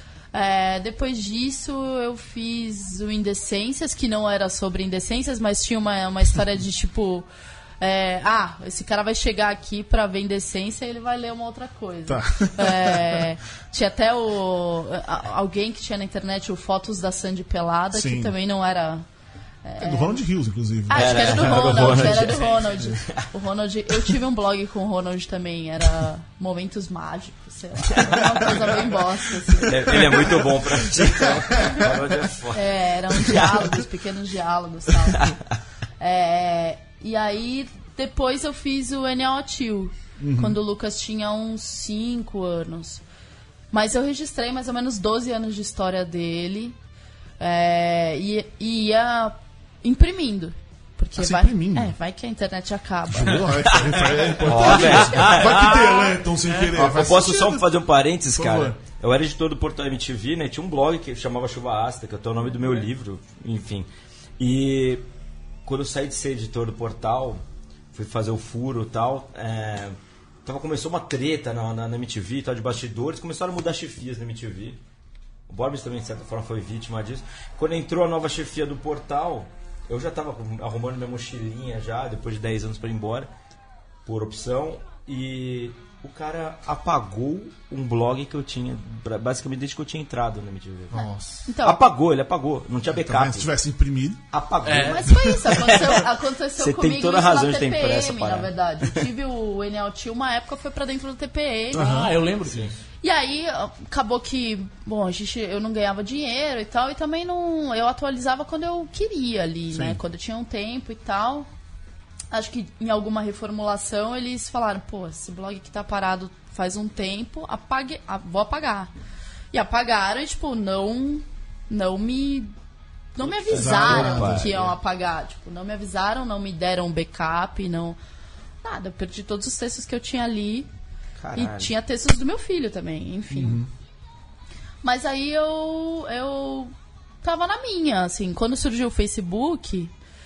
É, depois disso, eu fiz o Indecências, que não era sobre indecências, mas tinha uma, uma história de tipo... é, ah, esse cara vai chegar aqui pra ver Indecência e ele vai ler uma outra coisa. Tá. É, tinha até o, a- alguém que tinha na internet o Fotos da Sandy Pelada, Sim. que também não era... É do Ronald Hills, inclusive. Ah, acho que era do Era do Ronald, Ronald. era do Ronald. O Ronald. Eu tive um blog com o Ronald também, era Momentos Mágicos, sei lá. Era uma coisa bem bosta, assim. Ele é muito bom pra gente. Então. É foda. É, eram diálogos, pequenos diálogos, sabe? É, e aí, depois eu fiz o N A O Tio, quando o Lucas tinha uns cinco anos. Mas eu registrei mais ou menos doze anos de história dele. É, e, e ia imprimindo. Porque Ah, você vai, imprimindo? é, vai que a internet acaba. Boa, é, é, é importante. Ó, velho. Vai que deletam sem querer. Ó, eu faz posso sentido. só fazer um parênteses, Por cara? favor. Eu era editor do Portal M T V, né? Tinha um blog que chamava Chuva Ácida, que é o nome do meu livro, enfim. E quando eu saí de ser editor do Portal, fui fazer o furo e tal, é, tava, começou uma treta na, na, na M T V, tal, de bastidores, começaram a mudar chefias na M T V. O Borbs também, de certa forma, foi vítima disso. Quando entrou a nova chefia do Portal, eu já tava arrumando minha mochilinha já, depois de dez anos para ir embora, por opção, e o cara apagou um blog que eu tinha, basicamente desde que eu tinha entrado na M T V. Nossa. Então, Apagou, ele apagou, não tinha Tá vendo? backup. Se tivesse imprimido. Apagou. mas foi isso, aconteceu, aconteceu Você tem comigo toda a isso razão na de ter T P M, impresso a na parada. verdade. Eu tive o N A O Tio, uma época foi pra dentro do T P M. Ah, eu lembro disso. E aí, acabou que, bom, a gente, eu não ganhava dinheiro e tal, e também não, eu atualizava quando eu queria ali, né, quando eu tinha um tempo e tal. Acho que em alguma reformulação eles falaram, pô, esse blog que tá parado faz um tempo, apague, ah, vou apagar. E apagaram e, tipo, não, não me, não me avisaram Caramba. que iam apagar, tipo, não me avisaram, não me deram backup, não, nada, eu perdi todos os textos que eu tinha ali. Caralho. E tinha textos do meu filho também, enfim. Mas aí eu, eu tava na minha, assim, quando surgiu o Facebook,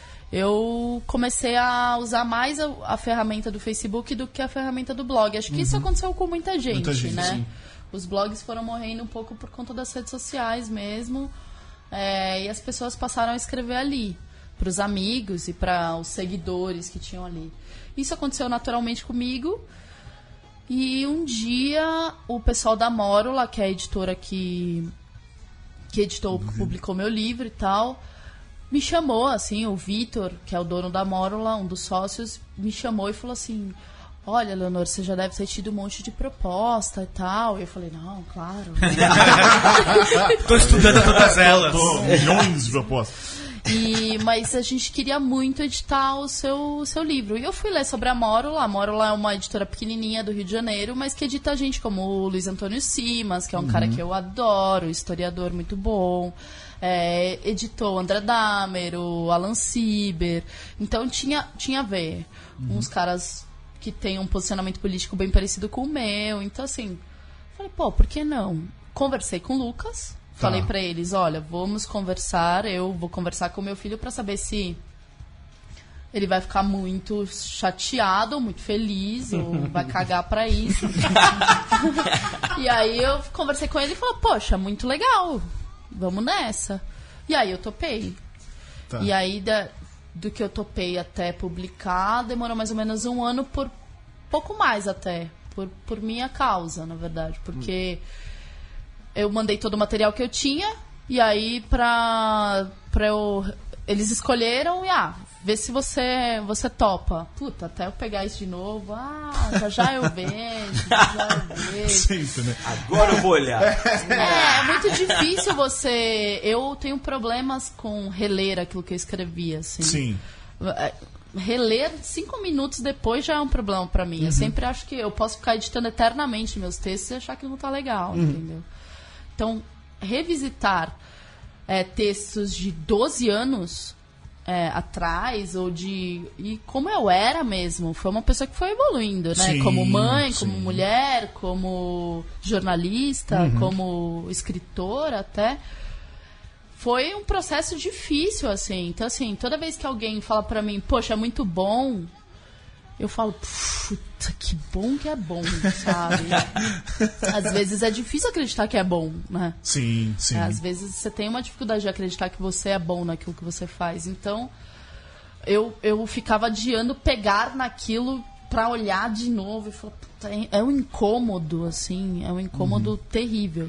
eu comecei a usar mais a, a ferramenta do Facebook do que a ferramenta do blog. Acho que isso aconteceu com muita gente, Muita gente, né? sim. Os blogs foram morrendo um pouco por conta das redes sociais mesmo, é, e as pessoas passaram a escrever ali. pros amigos e para os seguidores que tinham ali. Isso aconteceu naturalmente comigo. E um dia o pessoal da Mórula, que é a editora que, que editou, que publicou meu livro e tal, me chamou, assim, o Vitor, que é o dono da Mórula, um dos sócios, me chamou e falou assim: olha, Leonor, você já deve ter tido um monte de proposta e tal. E eu falei, não, claro. Tô estudando todas elas. Tô, milhões de propostas. E, mas a gente queria muito editar o seu, o seu livro. E eu fui ler sobre a Mórula. A Mórula é uma editora pequenininha do Rio de Janeiro, mas que edita gente como o Luiz Antônio Simas, que é um uhum. cara que eu adoro, historiador muito bom. É, editou o André Dahmer, o Alan Sieber. Então tinha, tinha a ver. Uhum. Uns caras que têm um posicionamento político bem parecido com o meu. Então, assim, falei, pô, por que não? Conversei com o Lucas. Tá. Falei pra eles, olha, vamos conversar, eu vou conversar com o meu filho pra saber se ele vai ficar muito chateado, muito feliz, ou vai cagar pra isso. E aí eu conversei com ele e falei, poxa, muito legal, vamos nessa. E aí eu topei. Tá. E aí da, do que eu topei até publicar, demorou mais ou menos um ano, por pouco mais até, por, por minha causa, na verdade, porque... Hum. Eu mandei todo o material que eu tinha, e aí pra, pra eu... Eles escolheram e, ah, vê se você, você topa. Puta, até eu pegar isso de novo, ah, já já eu vejo, já já eu vejo. Sempre, né? Agora eu vou olhar. É, é muito difícil você... Eu tenho problemas com reler aquilo que eu escrevi, assim. Sim. Reler cinco minutos depois já é um problema pra mim. Uhum. Eu sempre acho que eu posso ficar editando eternamente meus textos e achar que não tá legal, uhum. entendeu? Então, revisitar é, textos de doze anos é, atrás, ou de... E como eu era mesmo, foi uma pessoa que foi evoluindo, né? Sim, como mãe, sim. como mulher, como jornalista, uhum. como escritora até. Foi um processo difícil, assim. Então, assim, toda vez que alguém fala pra mim, poxa, é muito bom... Eu falo, puta, que bom que é bom, sabe? Às vezes é difícil acreditar que é bom, né? Sim, sim. Às vezes você tem uma dificuldade de acreditar que você é bom naquilo que você faz. Então, eu, eu ficava adiando pegar naquilo pra olhar de novo e falar, puta, é, é um incômodo, assim, é um incômodo uhum. terrível.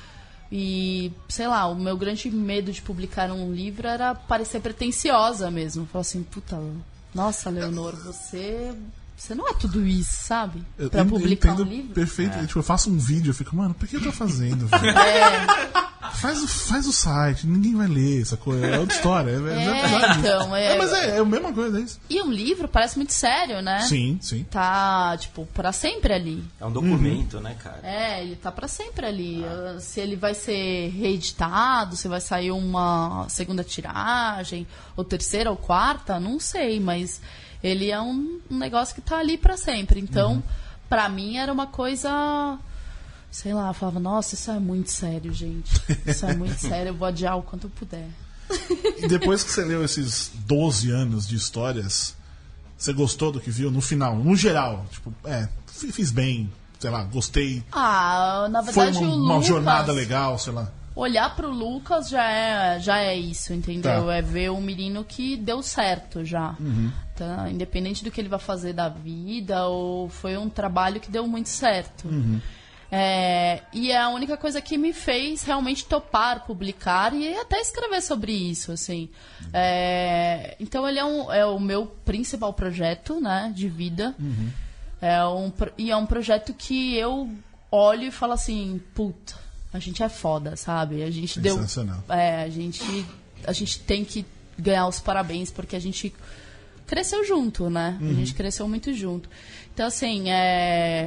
E, sei lá, o meu grande medo de publicar um livro era parecer pretensiosa mesmo. Falar assim, puta... Nossa, Leonor, você, você não é tudo isso, sabe? Eu pra publicar entendo um livro. Perfeito. É. Tipo, eu faço um vídeo, eu fico, mano, por que eu tô fazendo? Velho? É. Faz, o, faz o site, ninguém vai ler essa coisa. É outra história. É, É, é, então, é... é, mas é, é a mesma coisa, é isso. E um livro parece muito sério, né? Sim, sim. Tá, tipo, pra sempre ali. É um documento, uhum. né, cara? É, ele tá pra sempre ali. Ah. Se ele vai ser reeditado, se vai sair uma segunda tiragem, ou terceira ou quarta, não sei, mas ele é um, um negócio que tá ali pra sempre. Então, uhum. pra mim era uma coisa... Sei lá, eu falava, nossa, isso é muito sério, gente. Isso é muito sério, eu vou adiar o quanto eu puder. E depois que você leu esses doze anos de histórias, você gostou do que viu no final, no geral? Tipo, é, fiz bem, sei lá, gostei. Ah, na verdade Foi uma, o Lucas, uma jornada legal, sei lá. Olhar pro Lucas já é, já é isso, entendeu? Tá. É ver um menino que deu certo já. Uhum. Tá? Independente do que ele vai fazer da vida, ou foi um trabalho que deu muito certo. Uhum. É, e é a única coisa que me fez realmente topar, publicar e até escrever sobre isso, assim. É, então ele é, um, é o meu principal projeto, né, de vida. Uhum. É um, e é um projeto que eu olho e falo assim, puta, a gente é foda, sabe? A gente deu... É, a gente, a gente tem que ganhar os parabéns porque a gente cresceu junto, né? Uhum. A gente cresceu muito junto. Então, assim, é...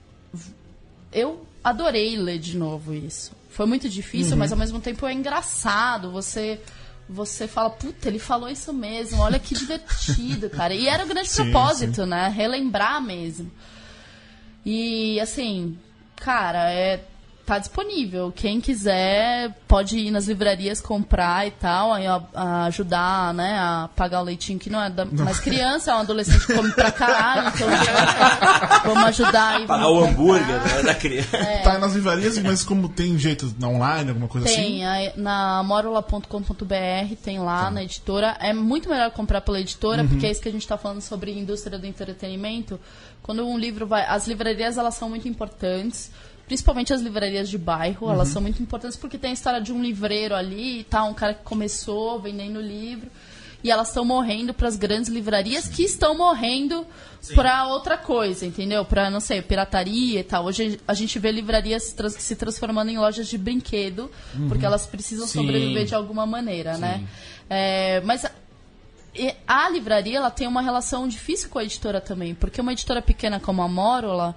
eu adorei ler de novo isso. Foi muito difícil, uhum. mas ao mesmo tempo é engraçado. Você, você fala, puta, ele falou isso mesmo. Olha que divertido, cara. E era o grande sim, propósito, sim. né? Relembrar mesmo. E, assim, cara, é, tá disponível. Quem quiser pode ir nas livrarias comprar e tal, aí, a, a ajudar, né, a pagar o leitinho, que não é da, mais criança, é um adolescente que come pra caralho, então vamos ajudar aí. Pagar o hambúrguer, né, da criança. É. Tá nas livrarias, mas como tem jeito na online, alguma coisa assim? Tem, aí, na morula ponto com ponto b r, tem lá na editora. É muito melhor comprar pela editora, porque é isso que a gente tá falando sobre indústria do entretenimento. Quando um livro vai... As livrarias, elas são muito importantes, principalmente as livrarias de bairro, elas são muito importantes porque tem a história de um livreiro ali e tal, um cara que começou vendendo livro, e elas estão morrendo para as grandes livrarias que estão morrendo para outra coisa, entendeu? Para, não sei, pirataria e tal. Hoje a gente vê livrarias trans- se transformando em lojas de brinquedo, porque elas precisam Sim. sobreviver de alguma maneira, né? É, mas... E a livraria, ela tem uma relação difícil com a editora também, porque uma editora pequena como a Mórola,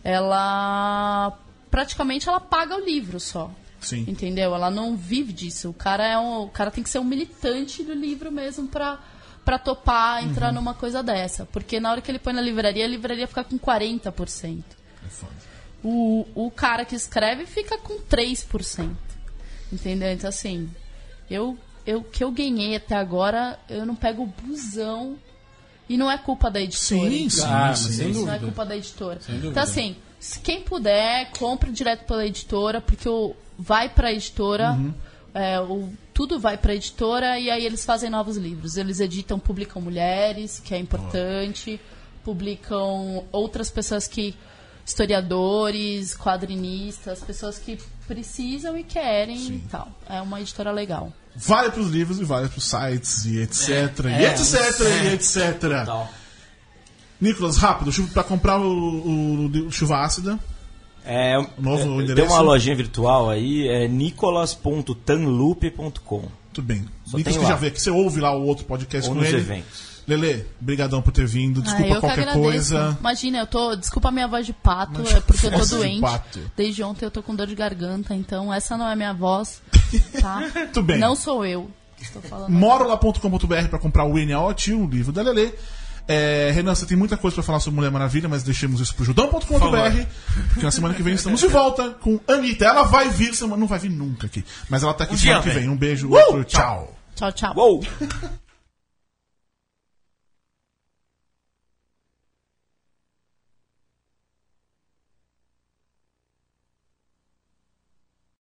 ela praticamente ela paga o livro só. Sim. Entendeu? Ela não vive disso. O cara, é um, o cara tem que ser um militante do livro mesmo pra, pra topar, entrar numa coisa dessa. Porque na hora que ele põe na livraria, a livraria fica com quarenta por cento. É foda. O, o cara que escreve fica com três por cento. Entendeu? Então, assim, eu... O que eu ganhei até agora, eu não pego o busão. E não é culpa da editora. Sim, sim, Ah, sim. sem Não é dúvida. culpa da editora. Sem dúvida. Então, assim, se quem puder, compre direto pela editora, porque o, vai pra editora, é, o, tudo vai pra editora e aí eles fazem novos livros. Eles editam, publicam mulheres, que é importante, publicam outras pessoas que... historiadores, quadrinistas, pessoas que precisam e querem e tal. É uma editora legal. Vale pros livros e vale pros sites e etc. É, e é, etc. é. E etc. Tal. Nicolas, rápido, chu- pra comprar o, o, o Chuva Ácida. É, Novo é, endereço? tem uma lojinha virtual aí, é nicolas ponto tanloop ponto com. Tudo bem. Só Nicolas tem que já lá. vê que você ouve lá o outro podcast Ou com nos ele. eventos. Lelê, brigadão por ter vindo. Desculpa Ah, eu que qualquer agradeço. coisa. Imagina, eu tô. Desculpa a minha voz de pato, Mas é porque eu tô voz de doente. pato. Desde ontem eu tô com dor de garganta, então essa não é minha voz. Tá? Tudo bem. Não sou eu que estou falando. Morola ponto com ponto b r pra comprar o N A O T, o livro da Lelê. É, Renan, você tem muita coisa pra falar sobre Mulher Maravilha, mas deixemos isso pro judão ponto com ponto b r, porque na semana que vem estamos de volta com Anitta. Ela vai vir, semana, não vai vir nunca aqui, mas ela tá aqui Um semana dia que vem. vem. Um beijo, outro, tchau. Tchau, tchau. Uou!